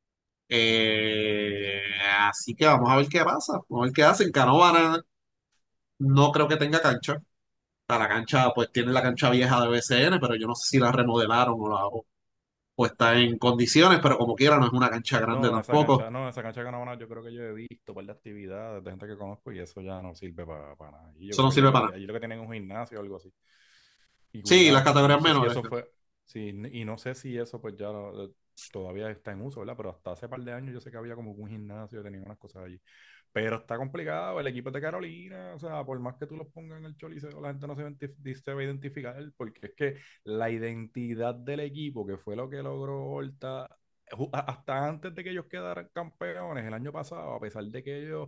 Eh, Así que vamos a ver qué pasa, vamos a ver qué hacen. Canóvana no creo que tenga cancha. La cancha pues tiene la cancha vieja de BCN, pero yo no sé si la remodelaron o está en condiciones, pero como quiera no es una cancha grande No, tampoco. esa cancha de Canóvana yo creo que yo he visto un par de actividades de gente que conozco y eso ya no sirve para nada. Y yo Eso creo no que sirve para nada. allí lo que tienen es un gimnasio o algo así. Y Sí, las cuidado, no categorías sé si menores. eso fue, sí, y no sé si eso pues ya todavía está en uso, ¿verdad? Pero hasta hace par de años yo sé que había como un gimnasio, tenía unas cosas allí. Pero está complicado, el equipo es de Carolina, o sea, por más que tú los pongas en el Choliseo, la gente no se va a identificar, porque es que la identidad del equipo, que fue lo que logró Horta, hasta antes de que ellos quedaran campeones el año pasado, a pesar de que ellos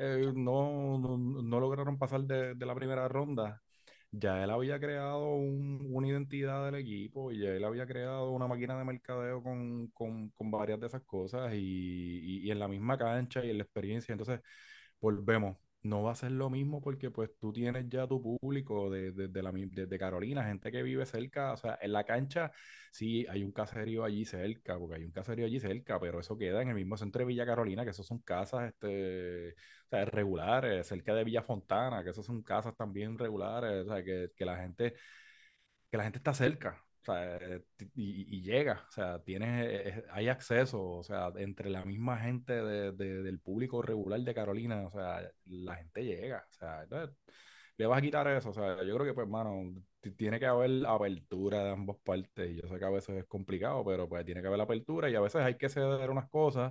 no lograron pasar de la primera ronda, ya él había creado una identidad del equipo y ya él había creado una máquina de mercadeo con varias de esas cosas y en la misma cancha y en la experiencia. Entonces, volvemos. No va a ser lo mismo porque pues tú tienes ya tu público de Carolina, gente que vive cerca, o sea, en la cancha sí hay un caserío allí cerca, porque hay un caserío allí cerca, pero eso queda en el mismo centro de Villa Carolina, que esos son casas, o sea, regulares, cerca de Villa Fontana, que esos son casas también regulares, o sea, que la gente está cerca. O sea, y llega, o sea, hay acceso, o sea, entre la misma gente del público regular de Carolina, o sea, la gente llega, o sea, entonces, le vas a quitar eso, o sea, yo creo que, pues, mano, tiene que haber apertura de ambas partes, y yo sé que a veces es complicado, pero pues tiene que haber apertura, y a veces hay que ceder unas cosas,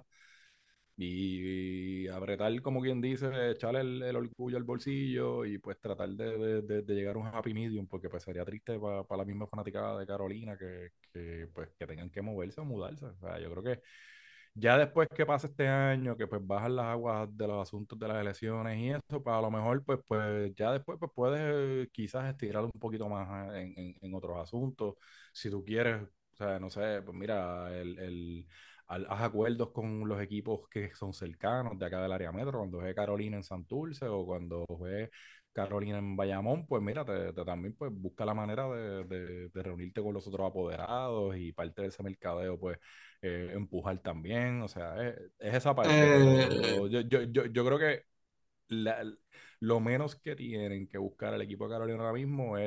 y apretar, como quien dice, echarle el orgullo al bolsillo y pues tratar de llegar a un happy medium, porque pues sería triste para la misma fanaticada de Carolina pues que tengan que moverse o mudarse. O sea, yo creo que ya después que pase este año, que pues bajan las aguas de los asuntos de las elecciones y eso, pues a lo mejor pues ya después pues puedes quizás estirar un poquito más en otros asuntos, si tú quieres, o sea, no sé, pues mira, haz acuerdos con los equipos que son cercanos de acá del área metro, cuando juegue Carolina en Santurce o cuando juegue Carolina en Bayamón, pues mira, también pues busca la manera de reunirte con los otros apoderados y parte de ese mercadeo, pues empujar también, o sea, es esa parte, Eh, pero yo creo que la- lo menos que tienen que buscar el equipo de Carolina ahora mismo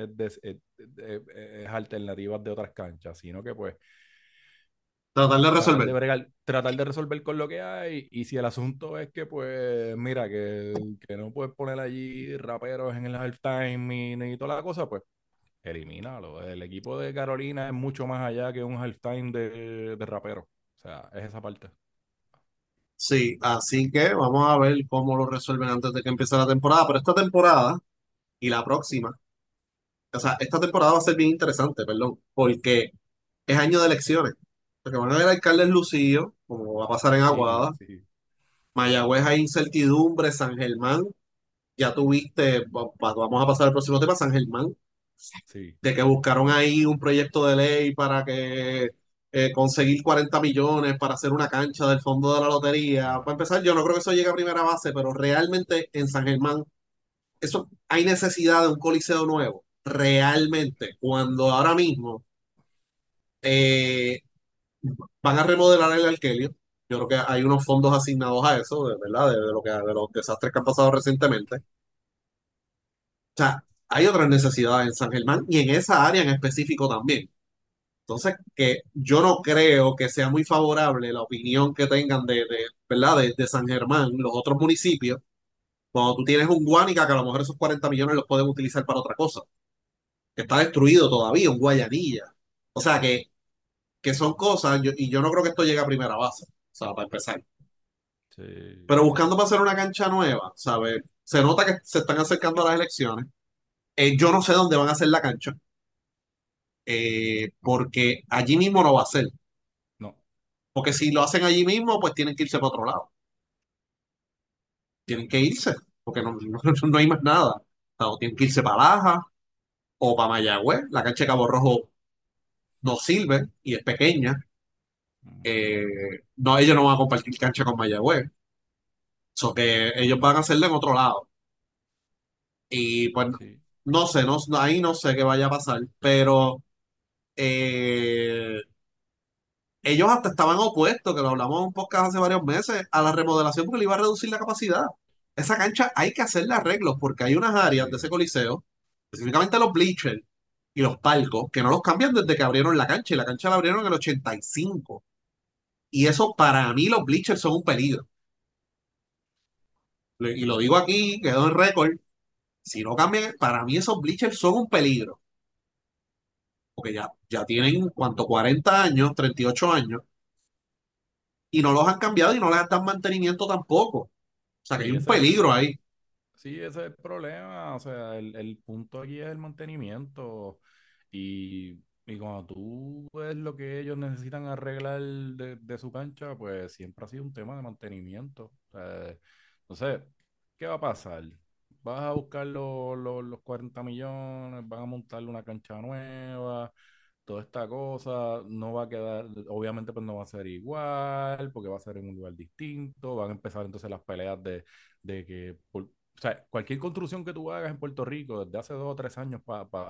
es alternativas de otras canchas, sino que pues Tratar de tratar resolver. de bregar, tratar de resolver con lo que hay, y si el asunto es que pues mira que no puedes poner allí raperos en el halftime ni toda la cosa, pues elimínalo. El equipo de Carolina es mucho más allá que un halftime de rapero. O sea, es esa parte. Sí, así que vamos a ver cómo lo resuelven antes de que empiece la temporada. Pero esta temporada y la próxima, o sea, esta temporada va a ser bien interesante, perdón, porque es año de elecciones. Porque van a haber alcaldes lucidos, como va a pasar en Sí, Aguada. sí, Mayagüez hay incertidumbre, San Germán, ya tuviste, vamos a pasar al próximo tema, San Germán, sí, de que buscaron ahí un proyecto de ley para que conseguir 40 millones para hacer una cancha del fondo de la lotería. Para ajá, empezar, yo no creo que eso llegue a primera base, pero realmente en San Germán, eso hay necesidad de un coliseo nuevo. Realmente, cuando ahora mismo eh, van a remodelar el Arkelio. Yo creo que hay unos fondos asignados a eso, de verdad, de los desastres que han pasado recientemente. O sea, hay otras necesidades en San Germán y en esa área en específico también. Entonces, que yo no creo que sea muy favorable la opinión que tengan ¿verdad? De San Germán, los otros municipios, cuando tú tienes un Guánica que a lo mejor esos 40 millones los pueden utilizar para otra cosa, que está destruido todavía, un Guayanilla. O sea, que son cosas, y yo no creo que esto llegue a primera base, o sea, para empezar. sí, Pero buscando para hacer una cancha nueva, ¿sabes? Se nota que se están acercando a las elecciones. Yo no sé dónde van a hacer la cancha, porque allí mismo no va a ser. no, Porque si lo hacen allí mismo, pues tienen que irse para otro lado. Tienen que irse, porque no hay más nada. O sea, o tienen que irse para Laja o para Mayagüez. La cancha de Cabo Rojo no sirve y es pequeña. ujú, Eh, no, ellos no van a compartir cancha con Mayagüez. So que ellos van a hacerla en otro lado. Y pues sí, no sé, ahí no sé qué vaya a pasar, pero eh, ellos hasta estaban opuestos, que lo hablamos en un podcast hace varios meses, a la remodelación porque le iba a reducir la capacidad. Esa cancha hay que hacerle arreglos porque hay unas áreas de sí, ese coliseo, específicamente los bleachers y los palcos, que no los cambian desde que abrieron la cancha, y la cancha la abrieron en el 85. Y eso para mí los bleachers son un peligro. Y lo digo aquí, quedó en récord, si no cambian, para mí esos bleachers son un peligro, porque ya tienen, ¿cuánto? 40 años, 38 años, y no los han cambiado y no les dan mantenimiento tampoco. O sea que hay sí, un peligro ahí. sí, ese es el problema, o sea, el punto aquí es el mantenimiento, y cuando tú ves lo que ellos necesitan arreglar de su cancha, pues siempre ha sido un tema de mantenimiento. O sea, entonces, ¿qué va a pasar? Vas a buscar los 40 millones, van a montarle una cancha nueva, toda esta cosa, no va a quedar, obviamente pues no va a ser igual, porque va a ser en un lugar distinto, van a empezar entonces las peleas de que, o sea, cualquier construcción que tú hagas en Puerto Rico desde hace 2 o 3 años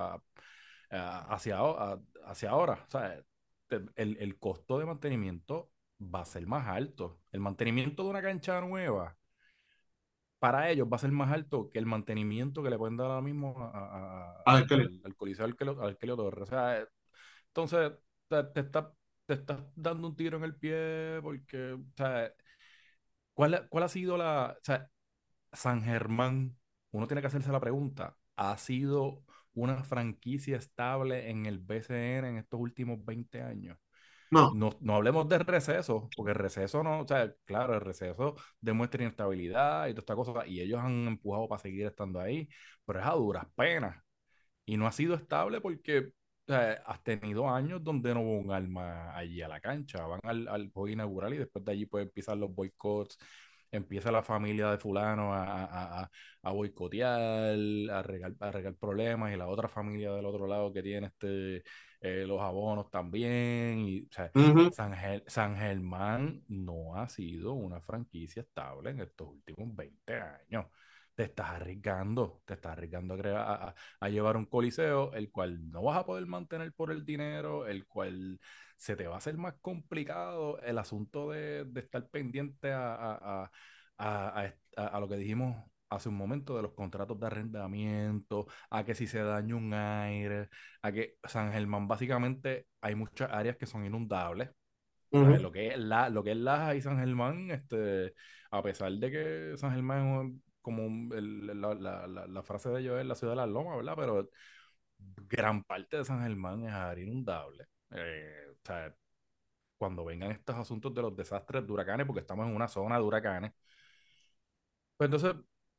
hacia ahora, o sea, el costo de mantenimiento va a ser más alto. El mantenimiento de una cancha nueva para ellos va a ser más alto que el mantenimiento que le pueden dar ahora mismo A ver, ¿qué le- al Coliseo Arquelio Torres. O sea, Entonces, te estás dando un tiro en el pie porque, o sea, ¿cuál ha sido o sea, San Germán, uno tiene que hacerse la pregunta, ¿ha sido una franquicia estable en el BCN en estos últimos 20 años? No. No hablemos de receso, porque el receso no, o sea, claro, el receso demuestra inestabilidad y toda esta cosa, y ellos han empujado para seguir estando ahí, pero es a duras penas. Y no ha sido estable porque o sea, has tenido años donde no hubo un alma allí a la cancha. Van al juego inaugural y después de allí pueden empezar los boicots. Empieza la familia de fulano a boicotear, a regar problemas y la otra familia del otro lado que tiene los abonos también. Y, o sea, Ujú. San Germán no ha sido una franquicia estable en estos últimos 20 años. Te estás arriesgando a llevar un coliseo, el cual no vas a poder mantener por el dinero, el cual se te va a hacer más complicado el asunto de estar pendiente a lo que dijimos hace un momento de los contratos de arrendamiento, a que si se daña un aire, a que San Germán básicamente hay muchas áreas que son inundables. O sea, Ujú. lo que es Laja y San Germán, a pesar de que San Germán es como la frase de ellos es la ciudad de las lomas, ¿verdad? Pero gran parte de San Germán es área inundable. O sea, cuando vengan estos asuntos de los desastres de huracanes, porque estamos en una zona de huracanes, pues entonces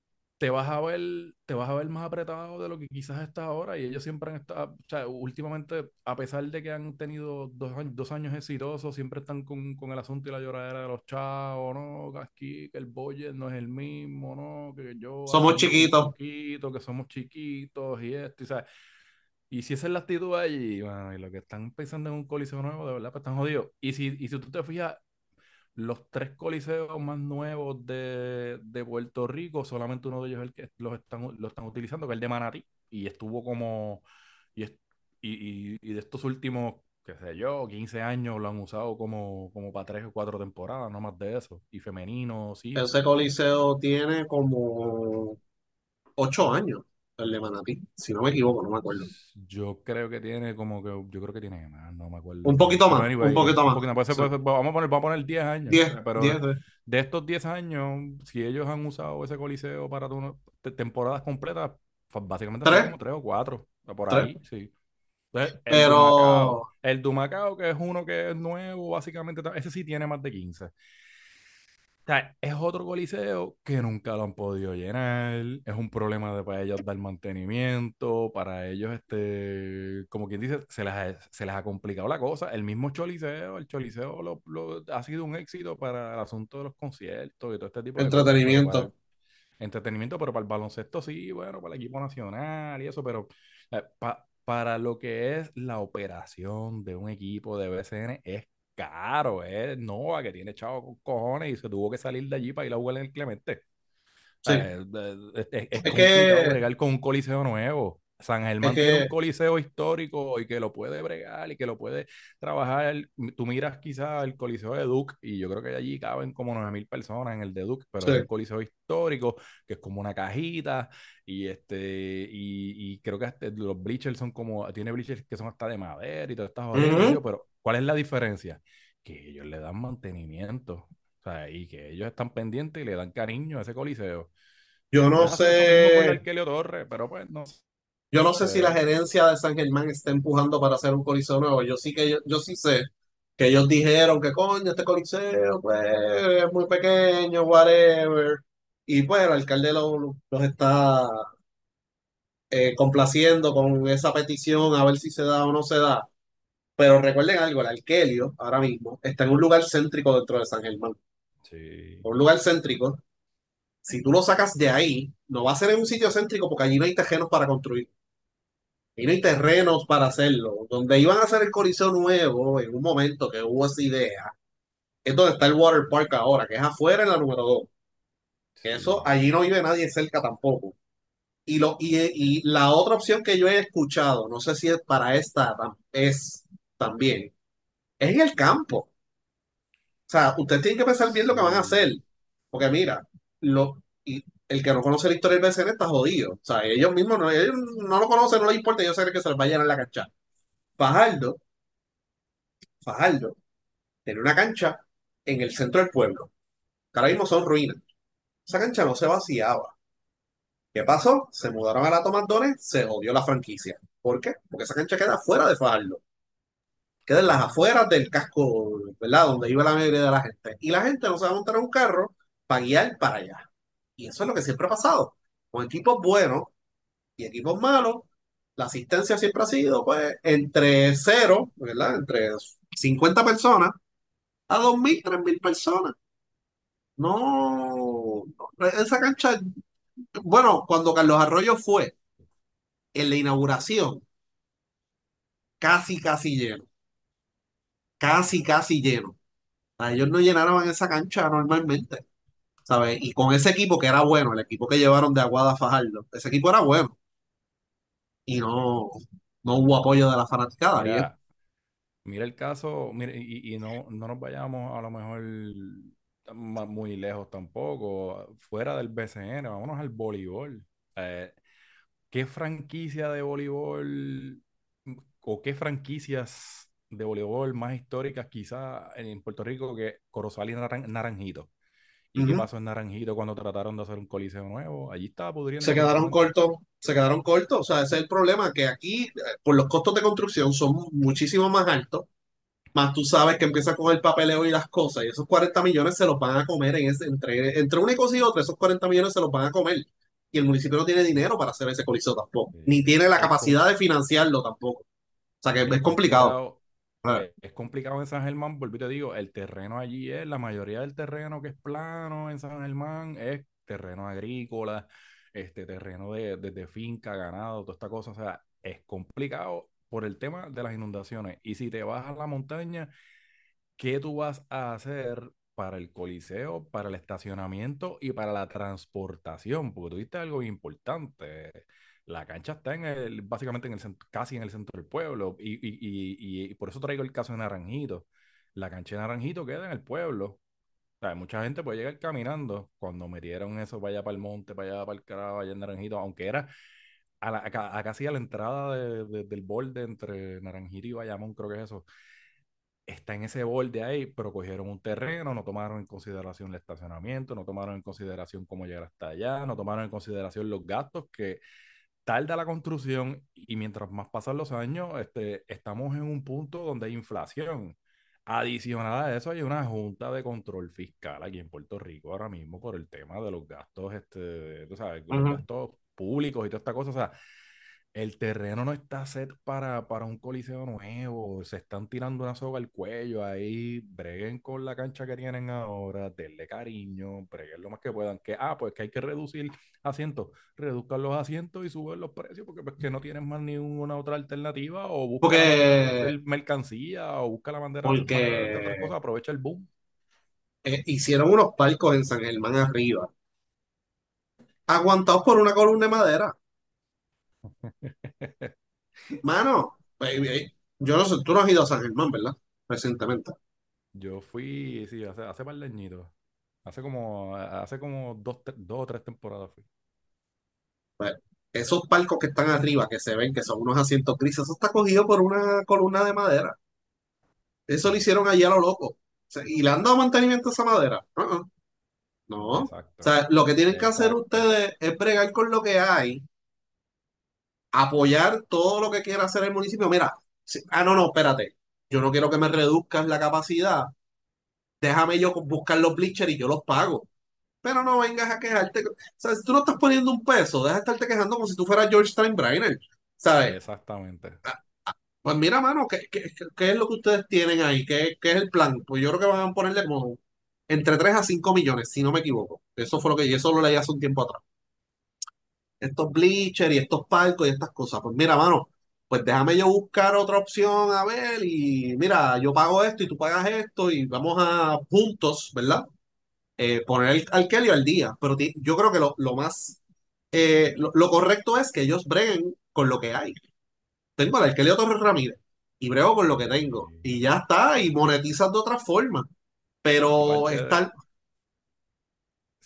te vas a ver más apretado de lo que quizás está ahora y ellos siempre han estado, o sea, últimamente, a pesar de que han tenido 2 años exitosos, siempre están con el asunto y la lloradera de los chavos, ¿no? Que aquí, que el budget no es el mismo, ¿no? Que yo Somos asumí muy chiquitos. poquito, que somos chiquitos y esto, y, ¿sabes? Y si esa es la actitud allí, bueno, y lo que están pensando en un coliseo nuevo, de verdad, pues están jodidos. Y si tú te fijas, los tres coliseos más nuevos de Puerto Rico, solamente uno de ellos es el que lo están utilizando, que es el de Manatí. Y estuvo como. Y, es- y de estos últimos, qué sé yo, 15 años lo han usado como para 3 o 4 temporadas, no más de eso. Y femenino, sí. Ese coliseo tiene como 8 años, el de Manatí, si no me equivoco, no me acuerdo. Yo creo que tiene más, no me acuerdo Un bien. poquito Pero más, un anyway, poquito un más. poquito, Sí. vamos a poner 10 años. 10, Pero 10, de estos 10 años, si ellos han usado ese coliseo para temporadas completas, básicamente han sido 3, como 3 o 4, por 3. ahí, sí. Entonces, Pero El Dumacao, que es uno que es nuevo, básicamente, ese sí tiene más de 15. O sea, es otro coliseo que nunca lo han podido llenar. Es un problema de para ellos dar mantenimiento. Para ellos, como quien dice, se les ha complicado la cosa. El mismo Choliseo, el Choliseo ha sido un éxito para el asunto de los conciertos y todo este tipo de cosas. Pero para entretenimiento. el entretenimiento, pero para el baloncesto sí, bueno, para el equipo nacional y eso. Pero para lo que es la operación de un equipo de BCN es caro, es Nova que tiene chavo con cojones y se tuvo que salir de allí para ir a jugar en el Clemente. Sí. Es Es complicado que, bregar con un coliseo nuevo. San es Germán tiene un que, coliseo histórico y que lo puede bregar y que lo puede trabajar. Tú miras quizás el coliseo de Duke y yo creo que allí caben como 9.000 personas en el de Duke, pero sí. es un coliseo histórico que es como una cajita y creo que los bleachers tiene bleachers que son hasta de madera y todas estas jodidas, qué sé yo, Ujú. pero ¿cuál es la diferencia? Que ellos le dan mantenimiento. O sea, y que ellos están pendientes y le dan cariño a ese coliseo. Yo Tú no puedes hacer eso mismo con el sé, Arquelio Torres, pero pues no yo no sé si la sé. gerencia de San Germán está empujando para hacer un coliseo nuevo. Yo sí sé que ellos dijeron que coño, este coliseo, pues, es muy pequeño, whatever. Y pues el alcalde los está complaciendo con esa petición a ver si se da o no se da. Pero recuerden algo, el Arkelio ahora mismo está en un lugar céntrico dentro de San Germán. Sí, Un lugar céntrico. Si tú lo sacas de ahí, no va a ser en un sitio céntrico porque allí no hay terrenos para construir. Y no hay terrenos para hacerlo. Donde iban a hacer el Coliseo nuevo, en un momento que hubo esa idea, es donde está el Water Park ahora, que es afuera en la número 2. Que eso, sí. allí no vive nadie cerca tampoco. Y la otra opción que yo he escuchado, no sé si es para esta, es también, es en el campo. O sea, ustedes tienen que pensar bien lo que van a hacer. Sí. Porque mira, y el que no conoce la historia del BCN está jodido. O sea, ellos mismos no lo conocen, no les importa, ellos saben que se les va a llenar la cancha. Fajardo Fajardo tenía una cancha en el centro del pueblo, que ahora mismo son ruinas. Esa cancha no se vaciaba. ¿Qué pasó? Se mudaron a la Tomadones, se jodió la franquicia. ¿Por qué? Porque esa cancha queda fuera de Fajardo, queda en las afueras del casco, ¿verdad? Donde iba la mayoría de la gente. Y la gente no se va a montar en un carro para guiar para allá. Y eso es lo que siempre ha pasado. Con equipos buenos y equipos malos, la asistencia siempre ha sido, pues, entre cero, ¿verdad? Entre 50 personas a 2.000, 3.000 personas. No, esa cancha, bueno, cuando Carlos Arroyo fue en la inauguración, casi lleno, casi lleno. A ellos no llenaron esa cancha normalmente, ¿sabes? Y con ese equipo que era bueno, el equipo que llevaron de Aguada a Fajardo, ese equipo era bueno y no hubo apoyo de la fanaticada. Y es, Mira, mira el caso, mira, y no, no nos vayamos a lo mejor muy lejos tampoco, fuera del BCN, vámonos al voleibol. Eh, ¿Qué franquicia de voleibol o qué franquicias de voleibol más históricas quizá en Puerto Rico que Corozal y Naranjito? ¿Y qué ujú. pasó en Naranjito cuando trataron de hacer un coliseo nuevo? Allí estaba Se pudriendo quedaron precisamente. cortos, se quedaron cortos. O sea, ese es el problema, que aquí, por los costos de construcción son muchísimo más altos, más tú sabes que empieza con el papeleo y las cosas, y esos 40 millones se los van a comer entre una cosa y otra, esos 40 millones se los van a comer. Y el municipio no tiene dinero para hacer ese coliseo tampoco, ni tiene la Es, com- capacidad de financiarlo tampoco. O sea que es es complicado. complicado, A es complicado en San Germán, volví te digo, el terreno allí es, la mayoría del terreno que es plano en San Germán es terreno agrícola, terreno de finca, ganado, toda esta cosa, o sea, es complicado por el tema de las inundaciones. Y si te vas a la montaña, ¿qué tú vas a hacer para el coliseo, para el estacionamiento y para la transportación? Porque tuviste algo bien importante. La cancha está básicamente en el centro, casi en el centro del pueblo. Y por eso traigo el caso de Naranjito. La cancha de Naranjito queda en el pueblo. O sea, mucha gente puede llegar caminando. Cuando metieron eso para allá para el monte, para allá para el carajo, allá en Naranjito, aunque era casi a la entrada del borde entre Naranjito y Bayamón, creo que es eso, está en ese borde ahí, pero cogieron un terreno, no tomaron en consideración el estacionamiento, no tomaron en consideración cómo llegar hasta allá, no tomaron en consideración los gastos que tarda la construcción y mientras más pasan los años, estamos en un punto donde hay inflación. Adicional a eso, hay una junta de control fiscal aquí en Puerto Rico ahora mismo por el tema de los gastos, tú sabes, los Ujú. gastos públicos y toda esta cosa. O sea, el terreno no está set para un coliseo nuevo. Se están tirando una soga al cuello ahí. Breguen con la cancha que tienen ahora. Denle cariño. Breguen lo más que puedan. Pues que hay que reducir asientos. Reduzcan los asientos y suben los precios porque pues, que no tienen más ninguna otra alternativa. O busca la manera de Porque, vender mercancía. O busca la manera de vender otras porque cosas. Aprovecha el boom. hicieron unos palcos en San Germán arriba, aguantados por una columna de madera. Mano, yo no sé, tú no has ido a San Germán, ¿verdad? Recientemente. Yo fui, sí, hace par de añitos. Hace como dos o tres temporadas fui. Pues, esos palcos que están arriba, que se ven que son unos asientos grises, eso está cogido por una columna de madera. Eso lo Ujú. hicieron allá a lo loco. O sea, ¿y le han dado mantenimiento a esa madera? No. O Exacto, sea, lo que tienen que hacer exacto. ustedes es bregar con lo que hay, apoyar todo lo que quiera hacer el municipio. Mira, no, espérate. Yo no quiero que me reduzcas la capacidad. Déjame yo buscar los bleachers y yo los pago. Pero no vengas a quejarte. O sea, si tú no estás poniendo un peso, deja de estarte quejando como si tú fueras George Steinbrenner. ¿Sabes? Exactamente. Pues mira, mano, ¿qué es lo que ustedes tienen ahí? ¿Qué es el plan? Pues yo creo que van a ponerle como entre 3 a 5 millones, si no me equivoco. Eso fue lo que yo eso lo leí hace un tiempo atrás. Estos bleachers y estos palcos y estas cosas. Pues mira, mano, pues déjame yo buscar otra opción a ver y mira, yo pago esto y tú pagas esto y vamos a juntos, ¿verdad? Poner al Kelly al día. Pero yo creo que lo más, lo correcto es que ellos breguen con lo que hay. Tengo al Kelly Torres Ramírez y brego con lo que tengo. Sí. Y ya está, y monetizas de otra forma. Pero Aparte de, estar,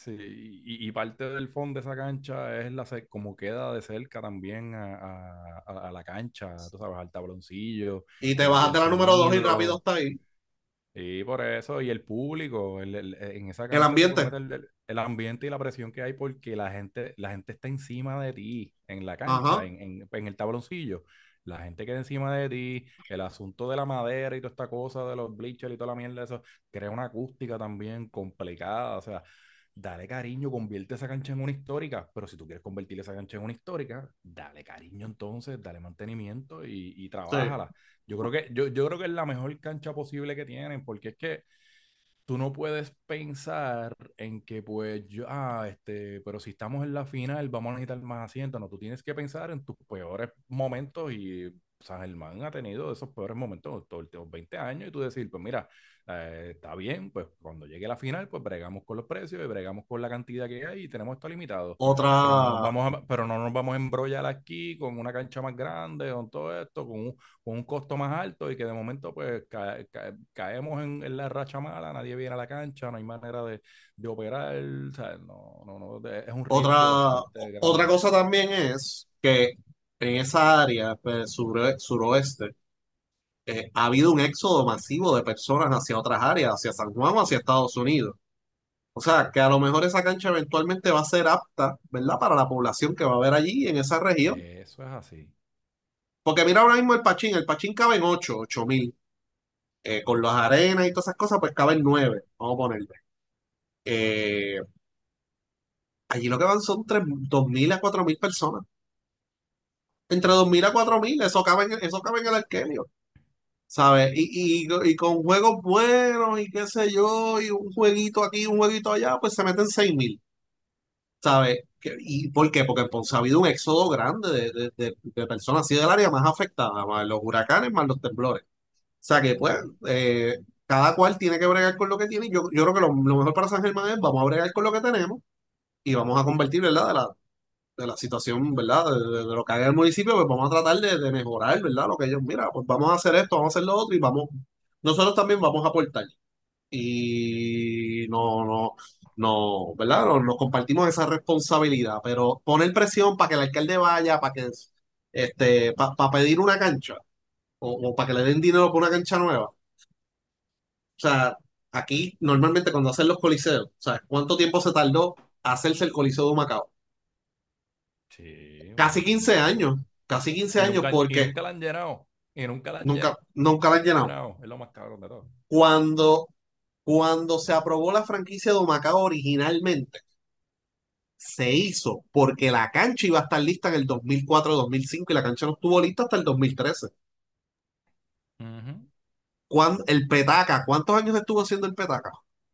Sí, y parte del fondo de esa cancha es como queda de cerca también a la cancha, tú sabes, al tabloncillo Y te y bajas el de la número 2 y rápido sonido. está ahí. Y por eso, y el público, en esa El cancha tú puedes ambiente. meter el ambiente y la presión que hay porque la gente está encima de ti en la cancha, Ajá. en el tabloncillo. La gente queda encima de ti, el asunto de la madera y toda esta cosa de los bleachers y toda la mierda, eso crea una acústica también complicada. O sea, dale cariño, convierte esa cancha en una histórica, pero si tú quieres convertir esa cancha en una histórica, dale cariño entonces, dale mantenimiento y Sí. trabájala. Yo creo que es la mejor cancha posible que tienen, porque es que tú no puedes pensar en que, pues, pero si estamos en la final, vamos a necesitar más asientos. No, tú tienes que pensar en tus peores momentos y San Germán ha tenido esos peores momentos todos los 20 años y tú decir, pues mira, está bien, pues cuando llegue la final, pues bregamos con los precios y bregamos con la cantidad que hay y tenemos esto limitado. Otra, Pero no nos vamos a embrollar aquí con una cancha más grande, con todo esto, con un costo más alto y que de momento pues caemos en la racha mala, nadie viene a la cancha, no hay manera de operar, o sea, no, no, no, es un riesgo otra, bastante otra grande. cosa también es que en esa área, pues, suroeste, ha habido un éxodo masivo de personas hacia otras áreas, hacia San Juan o hacia Estados Unidos. O sea, que a lo mejor esa cancha eventualmente va a ser apta, ¿verdad? Para la población que va a haber allí en esa región. Eso es así. Porque mira ahora mismo el Pachín cabe en 8.000. Con las arenas y todas esas cosas, pues caben 9, vamos a ponerle. Eh, allí lo que van son 2.000 a 4.000 personas. Entre 2.000 a 4.000, eso cabe en el Arquelio, ¿sabes? Y con juegos buenos y qué sé yo, y un jueguito aquí, un jueguito allá, pues se meten 6.000, ¿sabes? ¿Y por qué? Porque en Ponce ha habido un éxodo grande de personas así del área más afectada, más los huracanes, más los temblores. O sea que, pues, cada cual tiene que bregar con lo que tiene. Yo creo que lo mejor para San Germán es vamos a bregar con lo que tenemos y vamos a convertir, ¿verdad? De la situación, ¿verdad? De lo que hay en el municipio, pues vamos a tratar de mejorar, ¿verdad? Lo que ellos, mira, pues vamos a hacer esto, vamos a hacer lo otro y vamos, nosotros también vamos a aportar. Y no, ¿verdad? Nos compartimos esa responsabilidad, pero poner presión para que el alcalde vaya, para que, para pedir una cancha o para que le den dinero por una cancha nueva. O sea, aquí normalmente cuando hacen los coliseos, ¿sabes cuánto tiempo se tardó hacerse el Coliseo de Humacao? Sí, Casi un 15 tiempo. años, casi 15 Y años, nunca, y porque nunca la han llenado. Y nunca la han nunca la han llenado. llenado. Es lo más cabrón de todo. Cuando, cuando se aprobó la franquicia de Humacao originalmente, se hizo porque la cancha iba a estar lista en el 2004-2005 y la cancha no estuvo lista hasta el 2013. Ujú. El Petaca, ¿cuántos años estuvo haciendo el Petaca?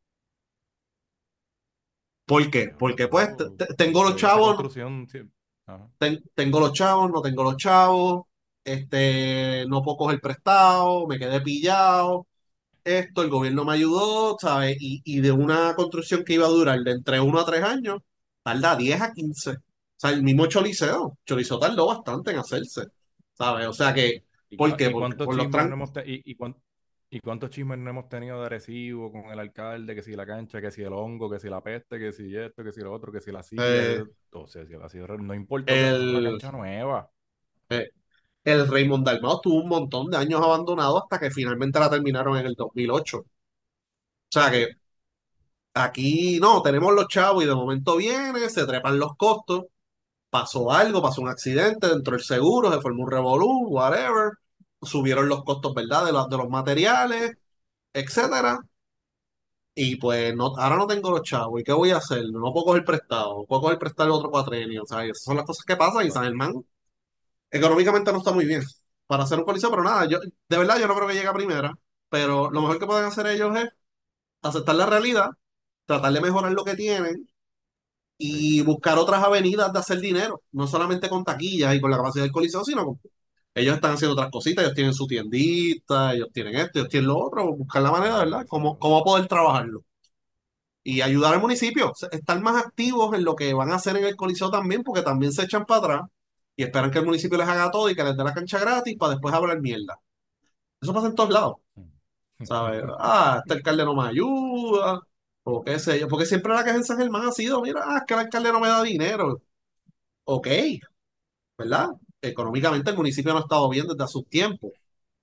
¿Por qué? Porque pues tengo los Se ve esa chavos, construcción. Sí. Ajá. tengo los chavos, no tengo los chavos, no puedo coger prestado, me quedé pillado, el gobierno me ayudó, ¿sabes? Y de una construcción que iba a durar de entre 1 a 3 años, tarda 10 a 15. O sea, el mismo Choliseo tardó bastante en hacerse, ¿sabes? O sea que, ¿por qué? ¿Y Porque cuántos por los chismes no trancos. hemos y cuántos chismes no hemos tenido de Arecibo con el alcalde, que si la cancha, que si el hongo, que si la peste, que si esto, que si lo otro, que si la silla, eh, o sea, si la silla no importó que fuera una el, cancha nueva. eh, el Raymond Dalmau tuvo un montón de años abandonado hasta que finalmente la terminaron en el 2008. O sea que Sí. aquí no, tenemos los chavos y de momento viene, se trepan los costos, pasó algo, pasó un accidente dentro del seguro, se formó un revolú, whatever, subieron los costos, ¿verdad? De los materiales, etcétera. Y pues no, ahora no tengo los chavos, ¿y qué voy a hacer? No puedo coger prestado, no puedo coger prestado el otro cuatrenio, o sea, esas son las cosas que pasan y San Bueno, Germán económicamente no está muy bien para hacer un coliseo, pero nada, de verdad yo no creo que llegue a primera, pero lo mejor que pueden hacer ellos es aceptar la realidad, tratar de mejorar lo que tienen sí. y buscar otras avenidas de hacer dinero, no solamente con taquillas y con la capacidad del coliseo, sino con ellos están haciendo otras cositas, ellos tienen su tiendita, ellos tienen esto, ellos tienen lo otro, buscar la manera, ¿verdad? Eso. Cómo poder trabajarlo. Y ayudar al municipio, estar más activos en lo que van a hacer en el Coliseo también, porque también se echan para atrás y esperan que el municipio les haga todo y que les dé la cancha gratis para después hablar mierda. Eso pasa en todos lados, ¿sabes? Ah, este alcalde no me ayuda, o qué sé yo, porque siempre la queja en San Germán ha sido, mira, es que el alcalde no me da dinero. Ok, ¿verdad? Económicamente el municipio no ha estado bien desde hace un tiempo,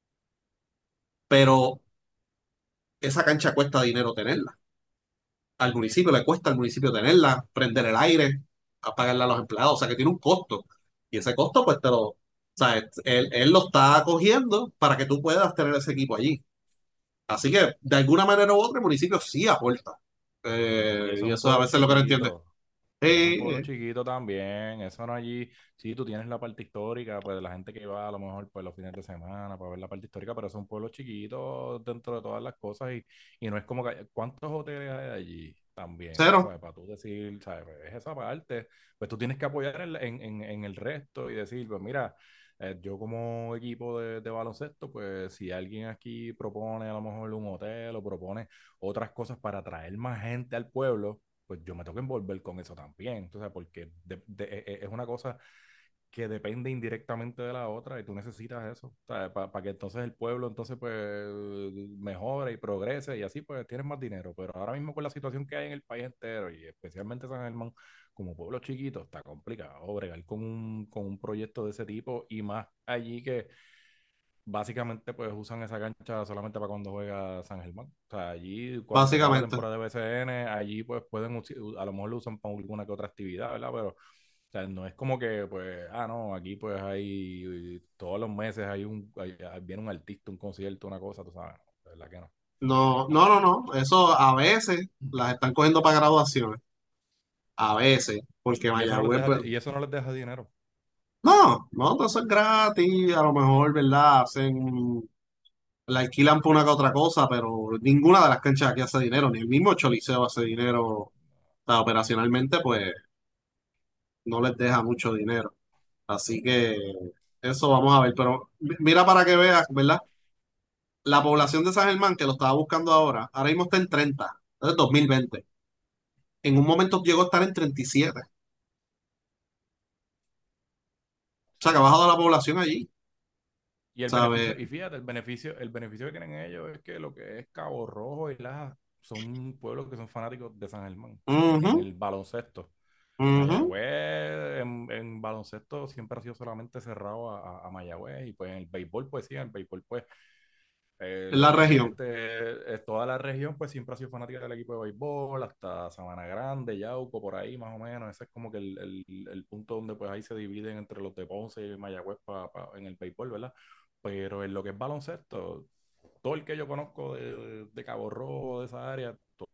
pero esa cancha cuesta dinero tenerla. Al municipio le cuesta al municipio tenerla, prender el aire, a pagarle a los empleados, o sea que tiene un costo. Y ese costo, pues o sea, él lo está cogiendo para que tú puedas tener ese equipo allí. Así que, de alguna manera u otra, el municipio sí aporta. Y eso Y es un eso a pueblo veces lo que no entiende. chiquito. Y eso es un pueblo Eh, chiquito también. Eso no allí. Sí, tú tienes la parte histórica, pues la gente que va a lo mejor pues los fines de semana para ver la parte histórica, pero eso es un pueblo chiquito dentro de todas las cosas y no es como que ¿cuántos hoteles hay allí? También, tú cero. sabes, para tú decir, ¿sabes? Pues, es esa parte, pues tú tienes que apoyar en el resto y decir, pues mira, yo como equipo de baloncesto, pues si alguien aquí propone a lo mejor un hotel o propone otras cosas para atraer más gente al pueblo, pues yo me tengo que envolver con eso también. Entonces, porque es una cosa que depende indirectamente de la otra y tú necesitas eso, para que entonces el pueblo entonces pues mejore y progrese y así pues tienes más dinero. Pero ahora mismo con la situación que hay en el país entero y especialmente San Germán, como pueblo chiquito, está complicado bregar con un proyecto de ese tipo y más allí que básicamente pues usan esa cancha solamente para cuando juega San Germán. O sea, allí cuando se acaba la Básicamente. temporada de BCN, allí pues pueden, a lo mejor lo usan para alguna que otra actividad, ¿verdad? Pero, o sea, no es como que pues, no, aquí pues hay, todos los meses viene un artista, un concierto, una cosa, tú sabes, no, de verdad que no. No, no, no, no. Eso a veces las están cogiendo para graduaciones. A veces, porque Y eso no les Mayagüez, deja, pues, y eso no les deja dinero. no, no, todo eso es gratis, a lo mejor, ¿verdad? Hacen, la alquilan por una que otra cosa, pero ninguna de las canchas aquí hace dinero, ni el mismo Choliseo hace dinero. O sea, operacionalmente, pues, no les deja mucho dinero. Así que eso vamos a ver, pero mira para que veas, ¿verdad? La población de San Germán, que lo estaba buscando ahora mismo está en 30, es 2020. En un momento llegó a estar en 37. O sea, que ha bajado la población allí, Y el beneficio, ¿sabes? y fíjate, el beneficio que tienen ellos es que lo que es Cabo Rojo y Laja son pueblos que son fanáticos de San Germán Ujú, en el baloncesto. ujú. Mayagüez en baloncesto siempre ha sido solamente cerrado a Mayagüez y pues en el béisbol pues sí, en el béisbol pues En la región. toda la región pues siempre ha sido fanática del equipo de béisbol, hasta Sabana Grande, Yauco, por ahí más o menos, ese es como que el punto donde pues ahí se dividen entre los de Ponce y Mayagüez en el béisbol, ¿verdad? Pero en lo que es baloncesto, todo el que yo conozco de Cabo Rojo, de esa área,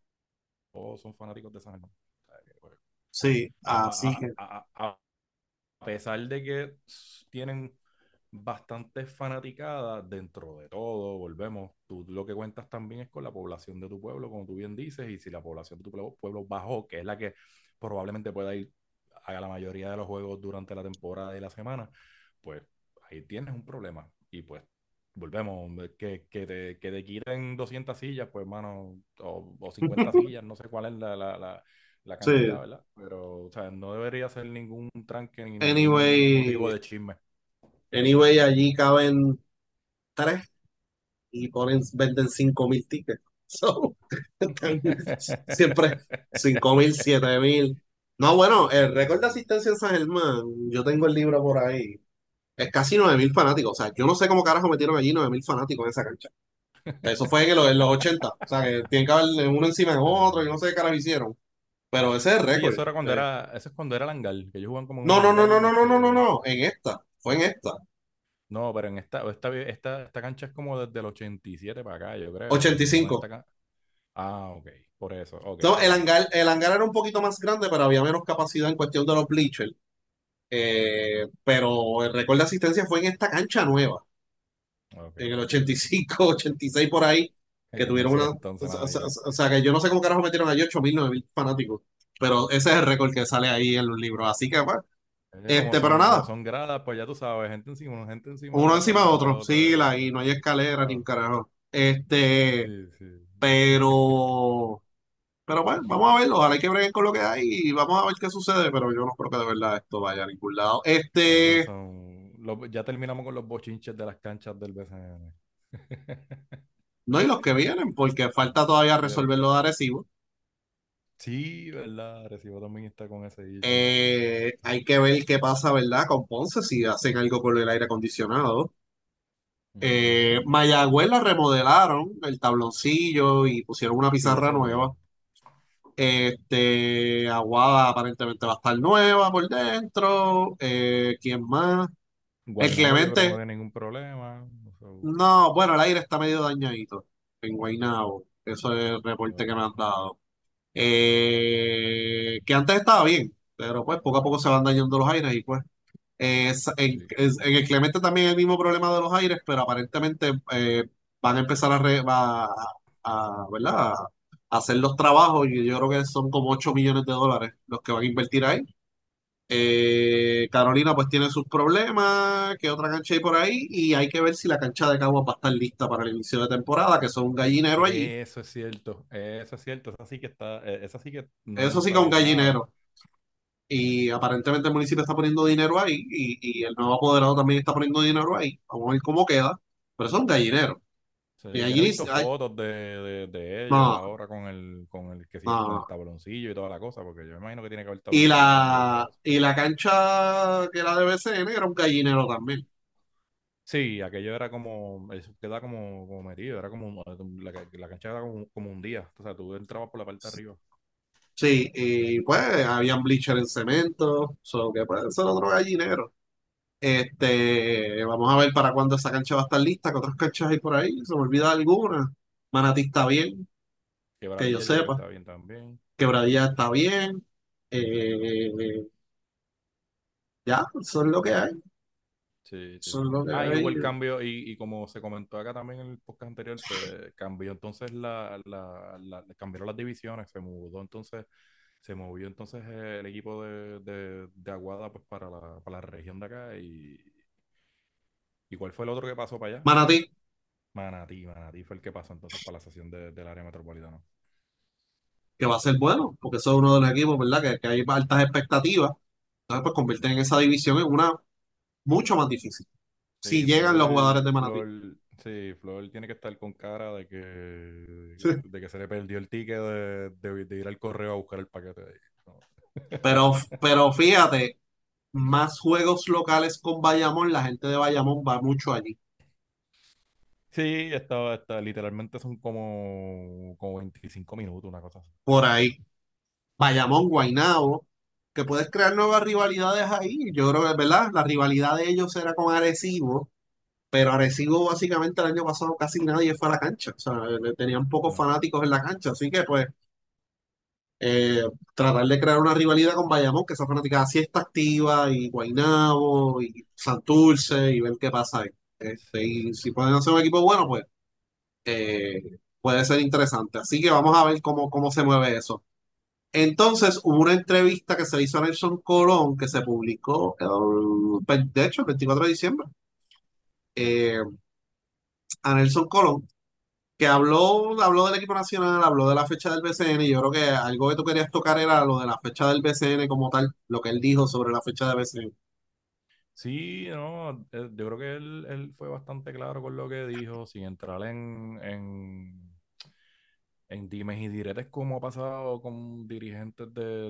todos son fanáticos de San Germán. O sea, que, pues, Sí, a, así a- que, a- a- a pesar de que tienen bastante fanaticada dentro de todo, volvemos, tú lo que cuentas también es con la población de tu pueblo, como tú bien dices, y si la población de tu pueblo bajó, que es la que probablemente pueda ir a la mayoría de los juegos durante la temporada y la semana, pues ahí tienes un problema. Y pues volvemos, que te quiten 200 sillas, pues mano, o 50 sillas, no sé cuál es la cantidad, sí. ¿verdad? Pero, o sea, no debería ser ningún tranque ni ningún motivo Anyway, de chisme. anyway, allí caben tres y venden 5.000 tickets. So, están siempre 5.000, 7.000. No, bueno, el récord de asistencia en San Germán, yo tengo el libro por ahí, es casi 9.000 fanáticos. O sea, yo no sé cómo carajo metieron allí 9.000 fanáticos en esa cancha. Eso fue en los 80. O sea, que tienen que haber uno encima de otro y no sé qué carajo hicieron. Pero ese es el Sí, récord. eso es cuando era Langal, que ellos juegan como en un No, no, no, hangar, no, no, no, no, no, no. En esta. Fue en esta. no, pero en esta cancha es como desde el 87 para acá, yo creo, y ochenta se y supone cinco esta cancha. Ah, ok, por eso, ok, No, ok, el hangar era un poquito más grande, pero había menos capacidad en cuestión de los bleachers. Pero el récord de asistencia fue en esta cancha nueva, ok. en el 85, 86 por ahí, que En tuvieron ese una. entonces no había. O sea, que yo no sé cómo carajo metieron allí 8.000, 9.000 fanáticos. Pero ese es el récord que sale ahí en los libros. Así que, bueno, pero Como nada, son gradas, pues ya tú sabes, gente encima de uno otra encima y de la otro. Sí, otra. y no hay escalera ni un Ah, carajo. sí, sí. Pero. Pero bueno, vamos a verlo, ojalá que breguen con lo que hay y vamos a ver qué sucede, pero yo no creo que de verdad esto vaya a ningún lado. Esos son. Ya terminamos con los bochinches de las canchas del BCN. No, y los que vienen, porque falta todavía Y los resolver que, lo de Arecibo. Sí, ¿verdad? Recibo también está con ese issue. Hay que ver qué pasa, ¿verdad? Con Ponce, si hacen algo con el aire acondicionado. Ujú. Mayagüez la remodelaron, el tabloncillo y pusieron una Sí, pizarra eso nueva. vi. Aguada aparentemente va a estar nueva por dentro. ¿Quién más? El Guaynabo yo creo que no Clemente. tiene ningún problema. So, No, bueno, el aire está medio dañadito en Guaynabo. Eso es el reporte que me ok, han dado. Que antes estaba bien, pero pues poco a poco se van dañando los aires y pues sí. en el Clemente también el mismo problema de los aires, pero aparentemente van a empezar ¿verdad? A hacer los trabajos y yo creo que son como 8 millones de dólares los que van a invertir ahí. Carolina pues tiene sus problemas, que otra cancha hay por ahí y hay que ver si la cancha de Caguas va a estar lista para el inicio de temporada, que son un gallinero allí. Eso es cierto. Eso es cierto. Esa sí que está. Esa sí que no Eso han sí que es un sabido nada. gallinero. Y aparentemente el municipio está poniendo dinero ahí y el nuevo apoderado también está poniendo dinero ahí. Vamos a ver cómo queda. Pero eso es un gallinero. Sí, Y yo no he allí visto fotos de ellos no, ahora con el que sí, con el no. tabloncillo y toda la cosa, porque yo me imagino que tiene que haber Y tabloncillo nuevo y todo la, eso. y la cancha que era de BCN era un gallinero también. Sí, aquello era como, eso queda como metido, era como, la cancha era como un día, o sea, tú entrabas por la parte de arriba. Sí, y pues habían bleacher en cemento, so que puede ser otro gallinero. Vamos a ver para cuándo esa cancha va a estar lista, que otras canchas hay por ahí, se me olvida alguna. Manatí está bien, que yo Quebradilla yo creo que sepa. está bien también. Quebradilla está bien. Eh, ya, eso es lo que hay. Sí, sí, Eso es sí. lo que Ah, y hubo hay. el cambio, y como se comentó acá también en el podcast anterior, se cambió entonces cambiaron las divisiones, se movió entonces el equipo de Aguada pues para la región de acá y ¿cuál fue el otro que pasó para allá? Manatí, Manatí fue el que pasó entonces para la sesión del área metropolitana. que va a ser bueno, porque eso es uno de los equipos, ¿verdad? Que hay altas expectativas. Entonces, pues convierten en esa división en una mucho más difícil. Si Sí, llegan los jugadores de Manatí. Sí, Flor tiene que estar con cara de que, Sí. de que se le perdió el ticket de ir al correo a buscar el paquete de ahí. No. Pero fíjate, más juegos locales con Bayamón, la gente de Bayamón va mucho allí, Sí, literalmente son como 25 minutos, una cosa así. por ahí. Bayamón, Guaynabo, que puedes crear nuevas rivalidades ahí. Yo creo que, ¿verdad? La rivalidad de ellos era con Arecibo, pero Arecibo básicamente el año pasado casi nadie fue a la cancha. O sea, tenían pocos No. fanáticos en la cancha, así que pues eh, tratar de crear una rivalidad con Bayamón, que esa fanática sí está activa, y Guaynabo, y Santurce, y ver qué pasa ahí. Sí, Y sí. si pueden hacer un equipo bueno, pues puede ser interesante. Así que vamos a ver cómo se mueve eso. Entonces, hubo una entrevista que se le hizo a Nelson Colón, que se publicó, de hecho, el 24 de diciembre, eh, a Nelson Colón, que habló del equipo nacional, habló de la fecha del BCN, y yo creo que algo que tú querías tocar era lo de la fecha del BCN como tal, lo que él dijo sobre la fecha del BCN. Sí, no, yo creo que él fue bastante claro con lo que dijo, sin entrar en dimes y diretes como ha pasado con dirigentes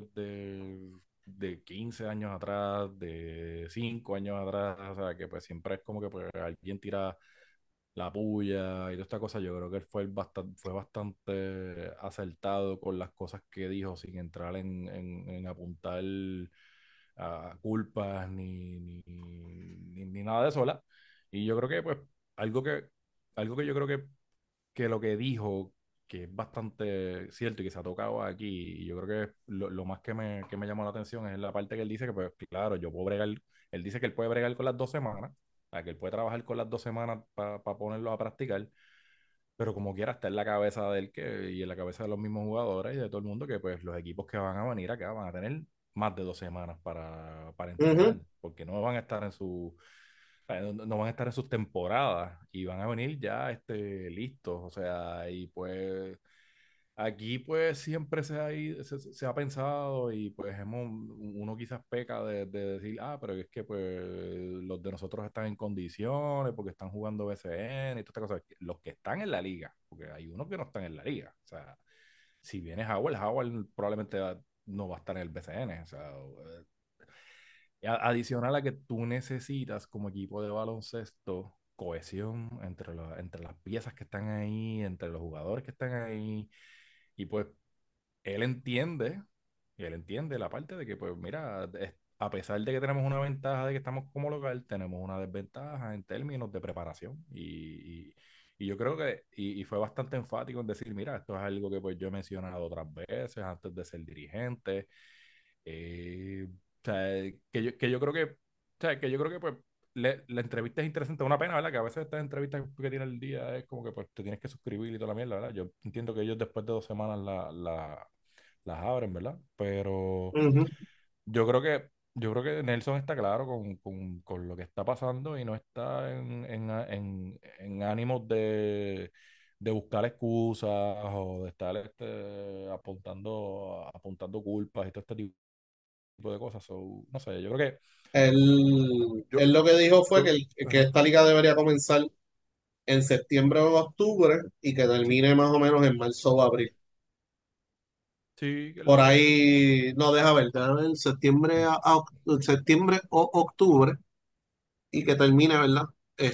de 15 años atrás, de 5 años atrás, o sea, que pues siempre es como que pues, alguien tira la puya y toda esta cosa. Yo creo que él fue bastante acertado con las cosas que dijo, sin entrar en apuntar a culpas ni nada de eso, ¿verdad? Y yo creo que, pues, algo que, algo que yo creo que lo que dijo, que es bastante cierto y que se ha tocado aquí, y yo creo que lo más que me llamó la atención es la parte que él dice que, pues, claro, yo puedo bregar, él dice que él puede bregar con las 2 semanas, que él puede trabajar con las 2 semanas para ponerlo a practicar, pero como quiera está en la cabeza de él y en la cabeza de los mismos jugadores y de todo el mundo que pues los equipos que van a venir acá van a tener más de 2 semanas para Ujú, entrenar, porque no van a estar no van a estar en sus temporadas y van a venir ya listos, o sea, y pues aquí pues siempre se ha pensado y pues uno quizás peca de decir, pero es que pues los de nosotros están en condiciones porque están jugando BCN y todas estas cosas. Los que están en la liga, porque hay unos que no están en la liga, o sea, si viene Howard, Howard probablemente no va a estar en el BCN. O sea, adicional a que tú necesitas como equipo de baloncesto cohesión entre las piezas que están ahí, entre los jugadores que están ahí. Y pues él entiende, y él entiende la parte de que, pues mira, a pesar de que tenemos una ventaja de que estamos como local, tenemos una desventaja en términos de preparación. Y yo creo que, y fue bastante enfático en decir, mira, esto es algo que pues yo he mencionado otras veces antes de ser dirigente. O sea, que yo creo que, o sea, que yo creo que pues la entrevista es interesante. Una pena, ¿verdad? Que a veces estas entrevistas que tiene el día es como que pues te tienes que suscribir y toda la mierda, ¿verdad? Yo entiendo que ellos después de 2 semanas las abren, ¿verdad? Pero Ujú. yo creo que, yo creo que Nelson está claro con lo que está pasando y no está en ánimos de buscar excusas o de estar apuntando culpas y todo este tipo de cosas. So, no sé, yo creo que Él yo, lo que dijo fue que, yo, que ajá, esta liga debería comenzar en septiembre o octubre y que sí, termine más o menos en marzo o abril. sí, que es Por lo que él, ahí, no, deja ver, septiembre, septiembre o octubre y que termine, ¿verdad?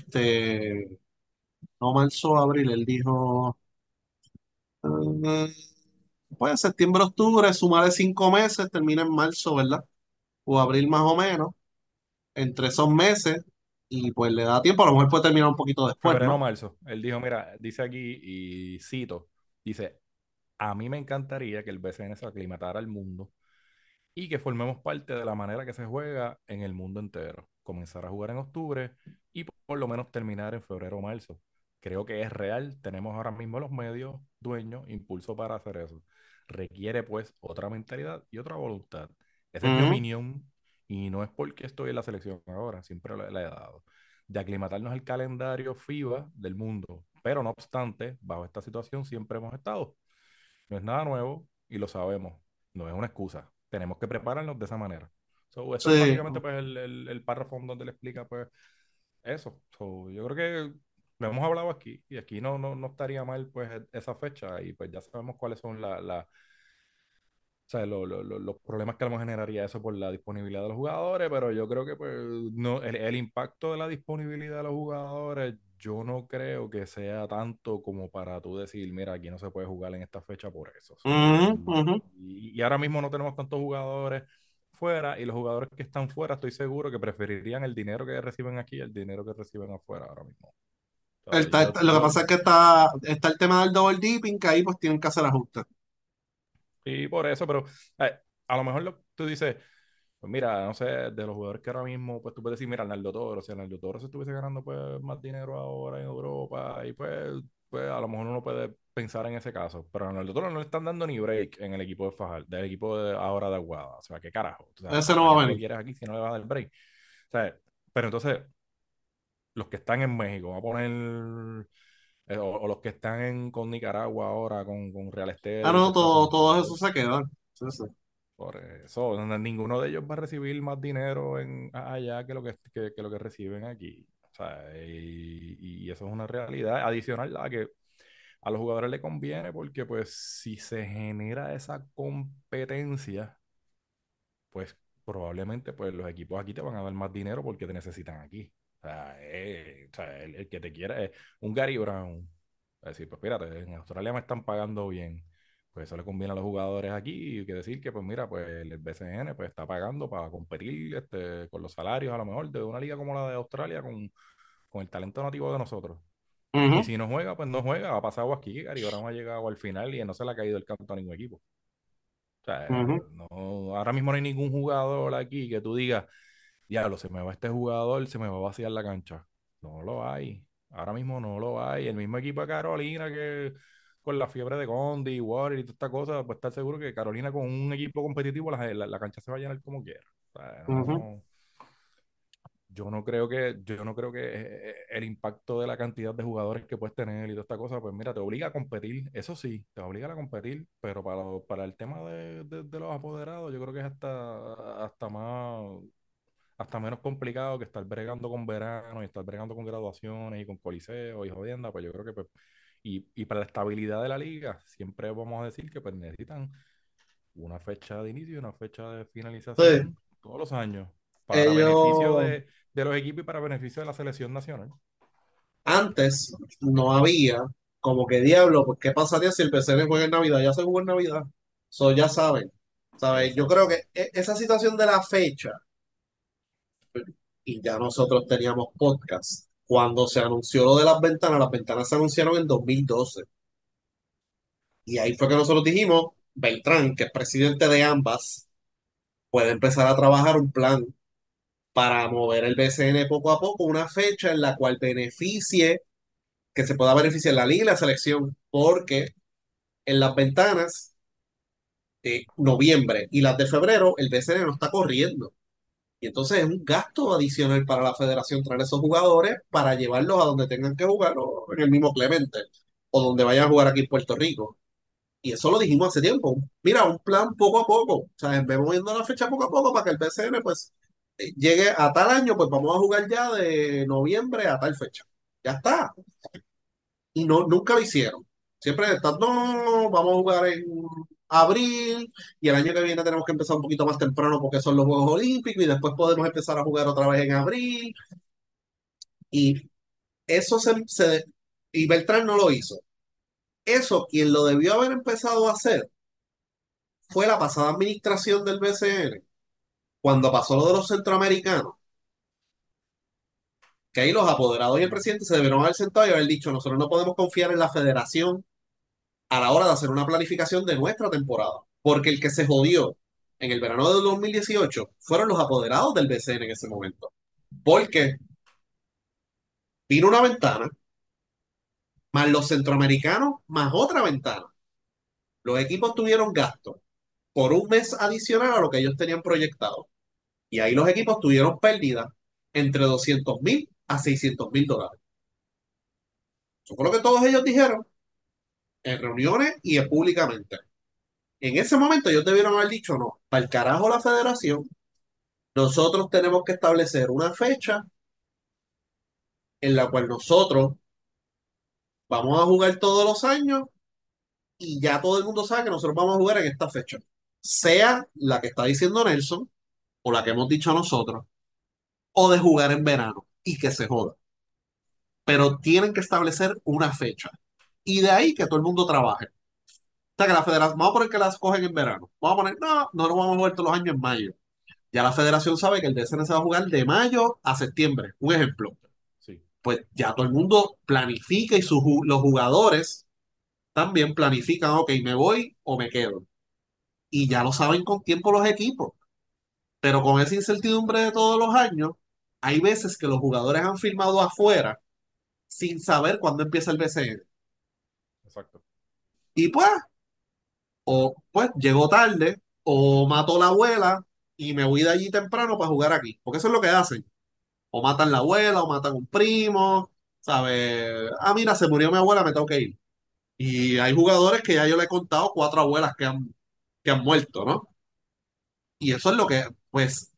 No marzo o abril, él dijo, eh, pues septiembre, octubre, sumaré 5 meses, termina en marzo, ¿verdad? O abril más o menos, entre esos meses, y pues le da tiempo, a lo mejor puede terminar un poquito después, febrero o ¿no? marzo, él dijo, mira, dice aquí y cito, dice, a mí me encantaría que el BCN se aclimatara al mundo y que formemos parte de la manera que se juega en el mundo entero. Comenzar a jugar en octubre y por lo menos terminar en febrero o marzo. Creo que es real, tenemos ahora mismo los medios, dueños, impulso para hacer eso. Requiere pues otra mentalidad y otra voluntad. Esa es mi Ujú, opinión y no es porque estoy en la selección ahora, siempre la he dado. De aclimatarnos al calendario FIBA del mundo. Pero no obstante, bajo esta situación siempre hemos estado. No es nada nuevo y lo sabemos. No es una excusa. Tenemos que prepararnos de esa manera. So, eso es sí. básicamente pues, el párrafo donde le explica pues eso. So, yo creo que lo hemos hablado aquí y aquí no estaría mal pues esa fecha y pues ya sabemos cuáles son o sea, los problemas que a lo mejor generaría eso por la disponibilidad de los jugadores, pero yo creo que pues, no, el impacto de la disponibilidad de los jugadores, yo no creo que sea tanto como para tú decir, mira, aquí no se puede jugar en esta fecha por eso. So, Ujú, ujú. y ahora mismo no tenemos tantos jugadores fuera y los jugadores que están fuera, estoy seguro que preferirían el dinero que reciben aquí el dinero que reciben afuera ahora mismo. So, Lo que pasa es que está el tema del double dipping, que ahí pues tienen que hacer ajustes. sí, por eso, pero a lo mejor tú dices, pues mira, no sé, de los jugadores que ahora mismo, pues tú puedes decir, mira, Arnaldo Toro, si Arnaldo Toro se estuviese ganando pues más dinero ahora en Europa, y pues a lo mejor uno puede pensar en ese caso, pero a Arnaldo Toro no le están dando ni break en el equipo de Fajal, del equipo de ahora de Aguada, o sea, qué carajo, o sea, Ese no ¿para va qué a tú lo venir. quieres aquí si no le vas a dar break? O sea, pero entonces, los que están en México, va a poner, o los que están con Nicaragua ahora, con Real Ah, Estelí y no, todo este asunto. todo eso se queda. Sí, sí. Por eso, ninguno de ellos va a recibir más dinero allá que lo que reciben aquí. O sea, y eso es una realidad adicional a que a los jugadores le conviene porque pues si se genera esa competencia, pues probablemente pues los equipos aquí te van a dar más dinero porque te necesitan aquí. O sea, el que te quiera es un Gary Brown. Es decir, pues fíjate, en Australia me están pagando bien. Pues eso le conviene a los jugadores aquí. Y que decir que, pues mira, pues el BCN pues, está pagando para competir con los salarios a lo mejor de una liga como la de Australia con el talento nativo de nosotros. Y Ujú, si no juega, pues no juega. Ha pasado aquí que Gary Brown ha llegado al final y no se le ha caído el canto a ningún equipo. O sea, ujú, no, ahora mismo no hay ningún jugador aquí que tú digas, diablo, se me va este jugador, se me va a vaciar la cancha. No lo hay. Ahora mismo no lo hay. El mismo equipo de Carolina que con la fiebre de Condi, Warrior y toda esta cosa, pues estar seguro que Carolina con un equipo competitivo la cancha se va a llenar como quiera. O sea, ujú, yo no creo que el impacto de la cantidad de jugadores que puedes tener y toda esta cosa, pues mira, te obliga a competir, eso sí, te obliga a competir, pero para el tema de los apoderados, yo creo que es hasta menos complicado que estar bregando con verano y estar bregando con graduaciones y con coliseo y jodienda, pues yo creo que pues, Y para la estabilidad de la liga, siempre vamos a decir que pues, necesitan una fecha de inicio y una fecha de Entonces, finalización todos los años, para beneficio ellos de los equipos y para beneficio de la selección nacional. antes no había como que diablo, pues ¿qué pasaría si el BCN juega en Navidad? Ya se jugó en Navidad. Eso ya saben. ¿Sabes? Yo creo Exacto, que esa situación de la fecha, y ya nosotros teníamos podcast. Cuando se anunció lo de las ventanas se anunciaron en 2012. Y ahí fue que nosotros dijimos, Beltrán, que es presidente de ambas, puede empezar a trabajar un plan para mover el BCN poco a poco, una fecha en la cual beneficie, que se pueda beneficiar la liga y la selección, porque en las ventanas de noviembre y las de febrero, el BCN no está corriendo. Y entonces es un gasto adicional para la federación traer esos jugadores para llevarlos a donde tengan que jugar, o en el mismo Clemente, o donde vayan a jugar aquí en Puerto Rico. Y eso lo dijimos hace tiempo. Mira, un plan poco a poco. O sea, vemos moviendo la fecha poco a poco para que el BCN pues llegue a tal año, pues vamos a jugar ya de noviembre a tal fecha. Ya está. Y no, nunca lo hicieron. Siempre están, no, vamos a jugar en abril y el año que viene tenemos que empezar un poquito más temprano porque son los Juegos Olímpicos y después podemos empezar a jugar otra vez en abril. Y eso y Beltrán no lo hizo. Eso quien lo debió haber empezado a hacer fue la pasada administración del BCN, cuando pasó lo de los centroamericanos, que ahí los apoderados y el ujú, presidente se debieron haber sentado y haber dicho, nosotros no podemos confiar en la federación a la hora de hacer una planificación de nuestra temporada, porque el que se jodió en el verano del 2018 fueron los apoderados del BCN en ese momento, porque vino una ventana, más los centroamericanos, más otra ventana. Los equipos tuvieron gasto por un mes adicional a lo que ellos tenían proyectado. Y ahí los equipos tuvieron pérdidas entre 200.000 a 600.000 dólares. Eso fue lo que todos ellos dijeron en reuniones y públicamente. En ese momento ellos debieron haber dicho, no, para el carajo la federación, nosotros tenemos que establecer una fecha en la cual nosotros vamos a jugar todos los años y ya todo el mundo sabe que nosotros vamos a jugar en esta fecha. Sea la que está diciendo Nelson o la que hemos dicho nosotros, o de jugar en verano y que se joda. Pero tienen que establecer una fecha. Y de ahí que todo el mundo trabaje. O sea, que la federación, vamos a poner que las cogen en verano. Vamos a poner, no, no nos vamos a jugar todos los años en mayo. Ya la federación sabe que el DCN se va a jugar de mayo a septiembre. Un ejemplo. sí, Pues ya todo el mundo planifica y los jugadores también planifican, ok, me voy o me quedo. Y ya lo saben con tiempo los equipos. Pero con esa incertidumbre de todos los años, hay veces que los jugadores han firmado afuera sin saber cuándo empieza el BCN. exacto. Y pues, o pues llego tarde, o mato a la abuela y me voy de allí temprano para jugar aquí. Porque eso es lo que hacen. O matan la abuela, o matan un primo, ¿sabes? Ah, mira, se murió mi abuela, me tengo que ir. Y hay jugadores que ya yo le he contado 4 abuelas que han muerto, ¿no? Y eso es lo que, pues,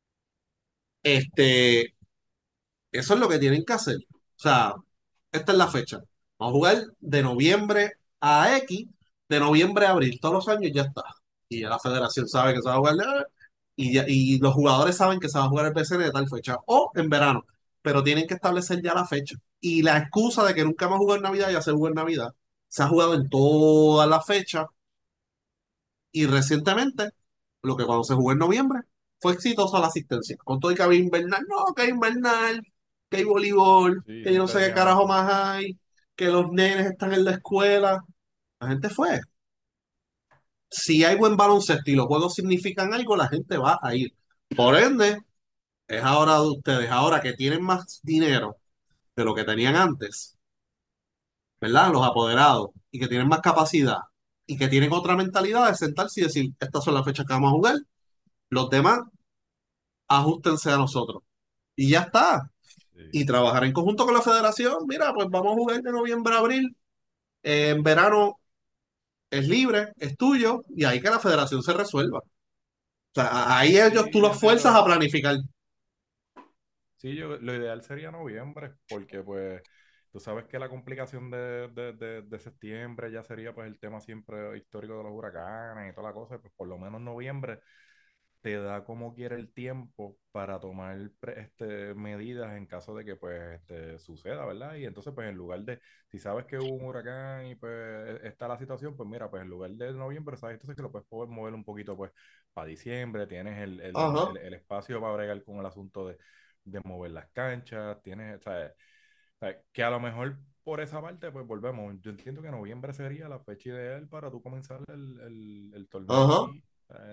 este, eso es lo que tienen que hacer. O sea, esta es la fecha. Vamos a jugar de noviembre a X, de noviembre a abril, todos los años ya está. Y ya la federación sabe que se va a jugar, y los jugadores saben que se va a jugar el PCN de tal fecha, o en verano, pero tienen que establecer ya la fecha. Y la excusa de que nunca hemos jugado en Navidad, ya se jugó en Navidad, se ha jugado en todas las fechas, y recientemente, lo que cuando se jugó en noviembre, fue exitosa la asistencia. Con todo y que había invernal, no, que hay invernal, que hay voleibol, Sí, que yo no siempre sé qué decían carajo eso. más hay, que los nenes están en la escuela. La gente fue. Si hay buen baloncesto y los juegos significan algo, la gente va a ir. Por ende, es ahora de ustedes, ahora que tienen más dinero de lo que tenían antes, ¿verdad? Los apoderados, y que tienen más capacidad, y que tienen otra mentalidad de sentarse y decir, estas son las fechas que vamos a jugar, los demás ajustense a nosotros. Y ya está. Sí, Y trabajar en conjunto con la federación. Mira, pues vamos a jugar de noviembre a abril. En verano es libre, es tuyo, y ahí que la federación se resuelva. O sea, ahí ellos tú sí, yo los fuerzas entiendo. a planificar. Sí, lo ideal sería noviembre, porque pues tú sabes que la complicación de septiembre ya sería pues el tema siempre histórico de los huracanes y toda la cosa, pues por lo menos noviembre te da como quiera el tiempo para tomar medidas en caso de que pues suceda, ¿verdad? Y entonces pues en lugar de, si sabes que hubo un huracán y pues está la situación, pues mira, pues en lugar de noviembre, ¿sabes? Entonces que lo puedes poder mover un poquito pues para diciembre, tienes Ajá, el espacio para bregar con el asunto de mover las canchas, tienes, ¿sabes? Que a lo mejor por esa parte, pues volvemos. Yo entiendo que noviembre sería la fecha ideal para tú comenzar el torneo ajá, aquí. sí,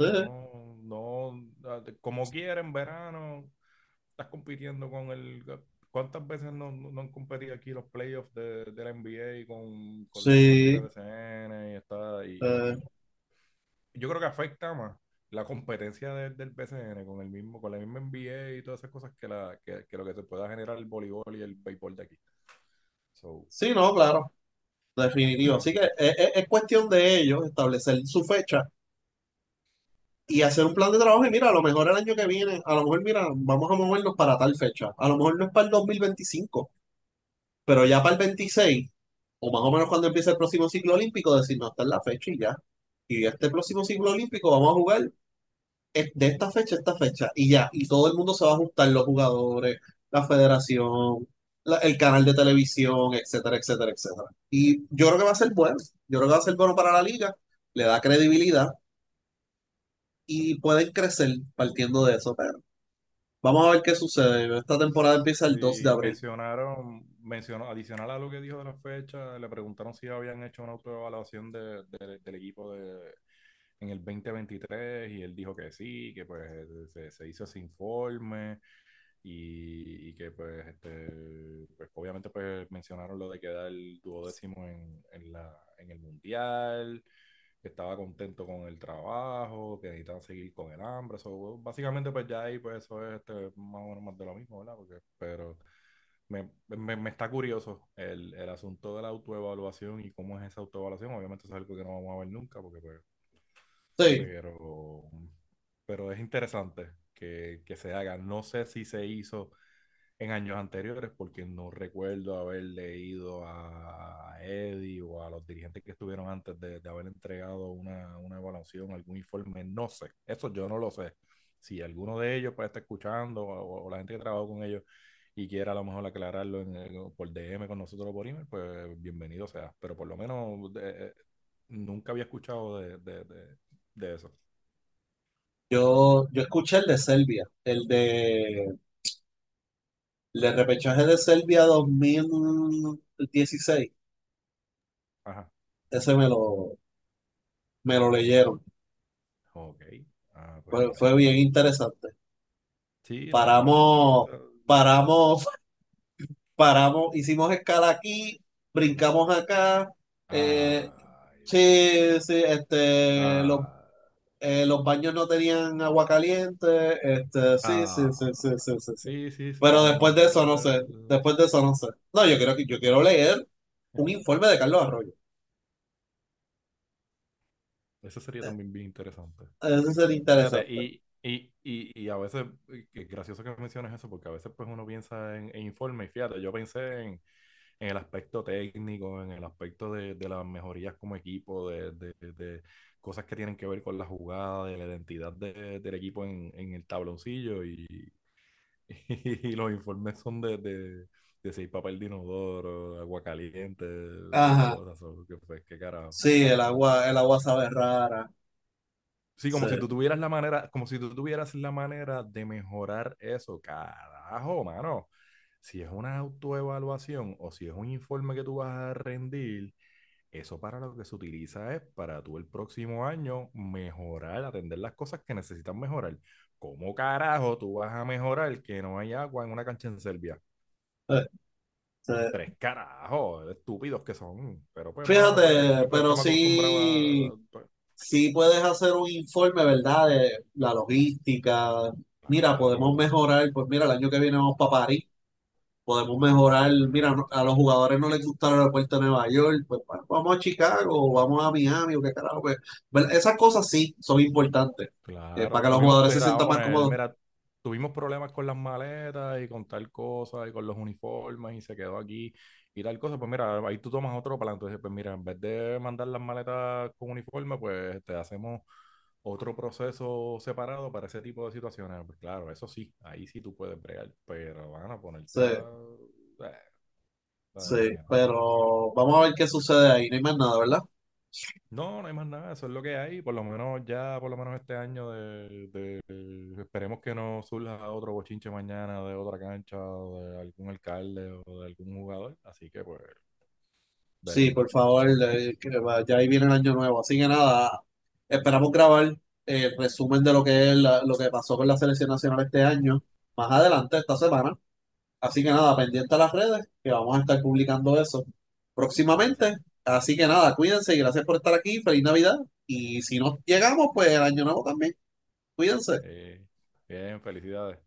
Como quiera en verano, estás compitiendo con el. ¿Cuántas veces no han competido aquí los playoffs de la NBA con las cosas de sí, BCN y está? eh, Yo creo que afecta más la competencia del BCN con con la misma NBA y todas esas cosas que lo que te pueda generar el voleibol y el béisbol de aquí. So, sí, no, claro, definitivo. Así que es cuestión de ellos establecer su fecha y hacer un plan de trabajo. Y mira, a lo mejor el año que viene, a lo mejor, mira, vamos a movernos para tal fecha. A lo mejor no es para el 2025, pero ya para el 26, o más o menos cuando empiece el próximo ciclo olímpico, decir, no, esta es la fecha y ya. Y este próximo ciclo olímpico vamos a jugar de esta fecha a esta fecha y ya. Y todo el mundo se va a ajustar, los jugadores, la federación, el canal de televisión, etcétera, etcétera, etcétera. Y yo creo que va a ser bueno. Yo creo que va a ser bueno para la liga, le da credibilidad y pueden crecer partiendo de eso, pero vamos a ver qué sucede. Esta temporada empieza el 2 de sí, abril. mencionó, adicional a lo que dijo de la fecha, le preguntaron si habían hecho una autoevaluación del equipo en el 2023 y él dijo que sí, que pues se hizo ese informe y que pues, pues obviamente pues mencionaron lo de quedar el duodécimo en el mundial, que estaba contento con el trabajo, que necesitaban seguir con el hambre. So, básicamente pues ya ahí pues eso es más o menos más de lo mismo, ¿verdad? Pero me está curioso el asunto de la autoevaluación y cómo es esa autoevaluación. Obviamente eso es algo que no vamos a ver nunca porque pues, Sí, pero, pero es interesante que se haga. No sé si se hizo en años anteriores, porque no recuerdo haber leído a Eddie o a los dirigentes que estuvieron antes de haber entregado una evaluación, algún informe, no sé, eso yo no lo sé. Si alguno de ellos puede estar escuchando o la gente que trabajó con ellos y quiera a lo mejor aclararlo por DM con nosotros o por email, pues bienvenido sea. Pero por lo menos nunca había escuchado de eso. yo escuché el de Serbia, el de repechaje de Serbia 2016. Ajá, Ese me lo leyeron. ok. Ah, pues Fue mira. bien interesante. Sí, la verdad que sí. Paramos, paramos, paramos, hicimos escala aquí, brincamos acá. eh, Ay, sí, sí, ah, los baños no tenían agua caliente. Sí, sí, sí, sí, ah. sí, sí, sí. Sí, sí, sí, Pero no, después de eso no sé. pues, Después de eso no sé. No, yo quiero leer un informe de Carlos Arroyo. eso sería Eh, también bien interesante. Eso sería Fíjate, interesante. y a veces, que gracioso que menciones eso, porque a veces pues uno piensa en informe, y fíjate, yo pensé en el aspecto técnico, en el aspecto de las mejorías como equipo, de cosas que tienen que ver con la jugada, de la identidad del equipo en el tabloncillo, y los informes son de si hay papel de inodoro, agua caliente, todas esas Ajá. cosas, qué carajo. Sí, el agua sabe rara. Sí, Sí. como si tú tuvieras la manera, como si tú tuvieras la manera de mejorar eso, carajo, mano. Si es una autoevaluación o si es un informe que tú vas a rendir, eso para lo que se utiliza es para tú el próximo año mejorar, atender las cosas que necesitan mejorar. ¿Cómo carajo tú vas a mejorar que no hay agua en una cancha en Serbia? Eh, sí. Tres carajos, estúpidos que son. Pero pues, mano, pues aquí Fíjate, pues pero estamos acostumbrados sí, pues, sí puedes hacer un informe, ¿verdad? De la logística. Mira, podemos claro, mejorar, pues mira, el año que viene vamos para París. Podemos mejorar, mira, a exacto. los jugadores no les gusta el aeropuerto de Nueva York, pues bueno, vamos a Chicago, vamos a Miami, o qué carajo. Pues, esas cosas sí son importantes, Claro, para que los tú mismo jugadores se pudieras sientan más poner, cómodos. mira, tuvimos problemas con las maletas y con tal cosa y con los uniformes y se quedó aquí y tal cosa, pues mira, ahí tú tomas otro plan. Entonces, pues mira, en vez de mandar las maletas con uniforme, pues te hacemos otro proceso separado para ese tipo de situaciones. Pues claro, eso sí, ahí sí tú puedes bregar, pero van a ponerte Sí, a... sí, no, pero vamos a ver qué sucede ahí, no hay más nada, ¿verdad? no, no hay más nada, eso es lo que hay, por lo menos ya, por lo menos este año esperemos que no surja otro bochinche mañana de otra cancha o de algún alcalde o de algún jugador, así que pues Sí, veremos. por favor, ya ahí viene el año nuevo. Así que nada, esperamos grabar el resumen de lo que es lo que pasó con la selección nacional este año, más adelante, esta semana. Así que nada, pendiente a las redes, que vamos a estar publicando eso Sí, sí. próximamente. Así que nada, cuídense y gracias por estar aquí. Feliz Navidad. Y si nos llegamos, pues el año nuevo también. Cuídense. Sí. Bien, felicidades.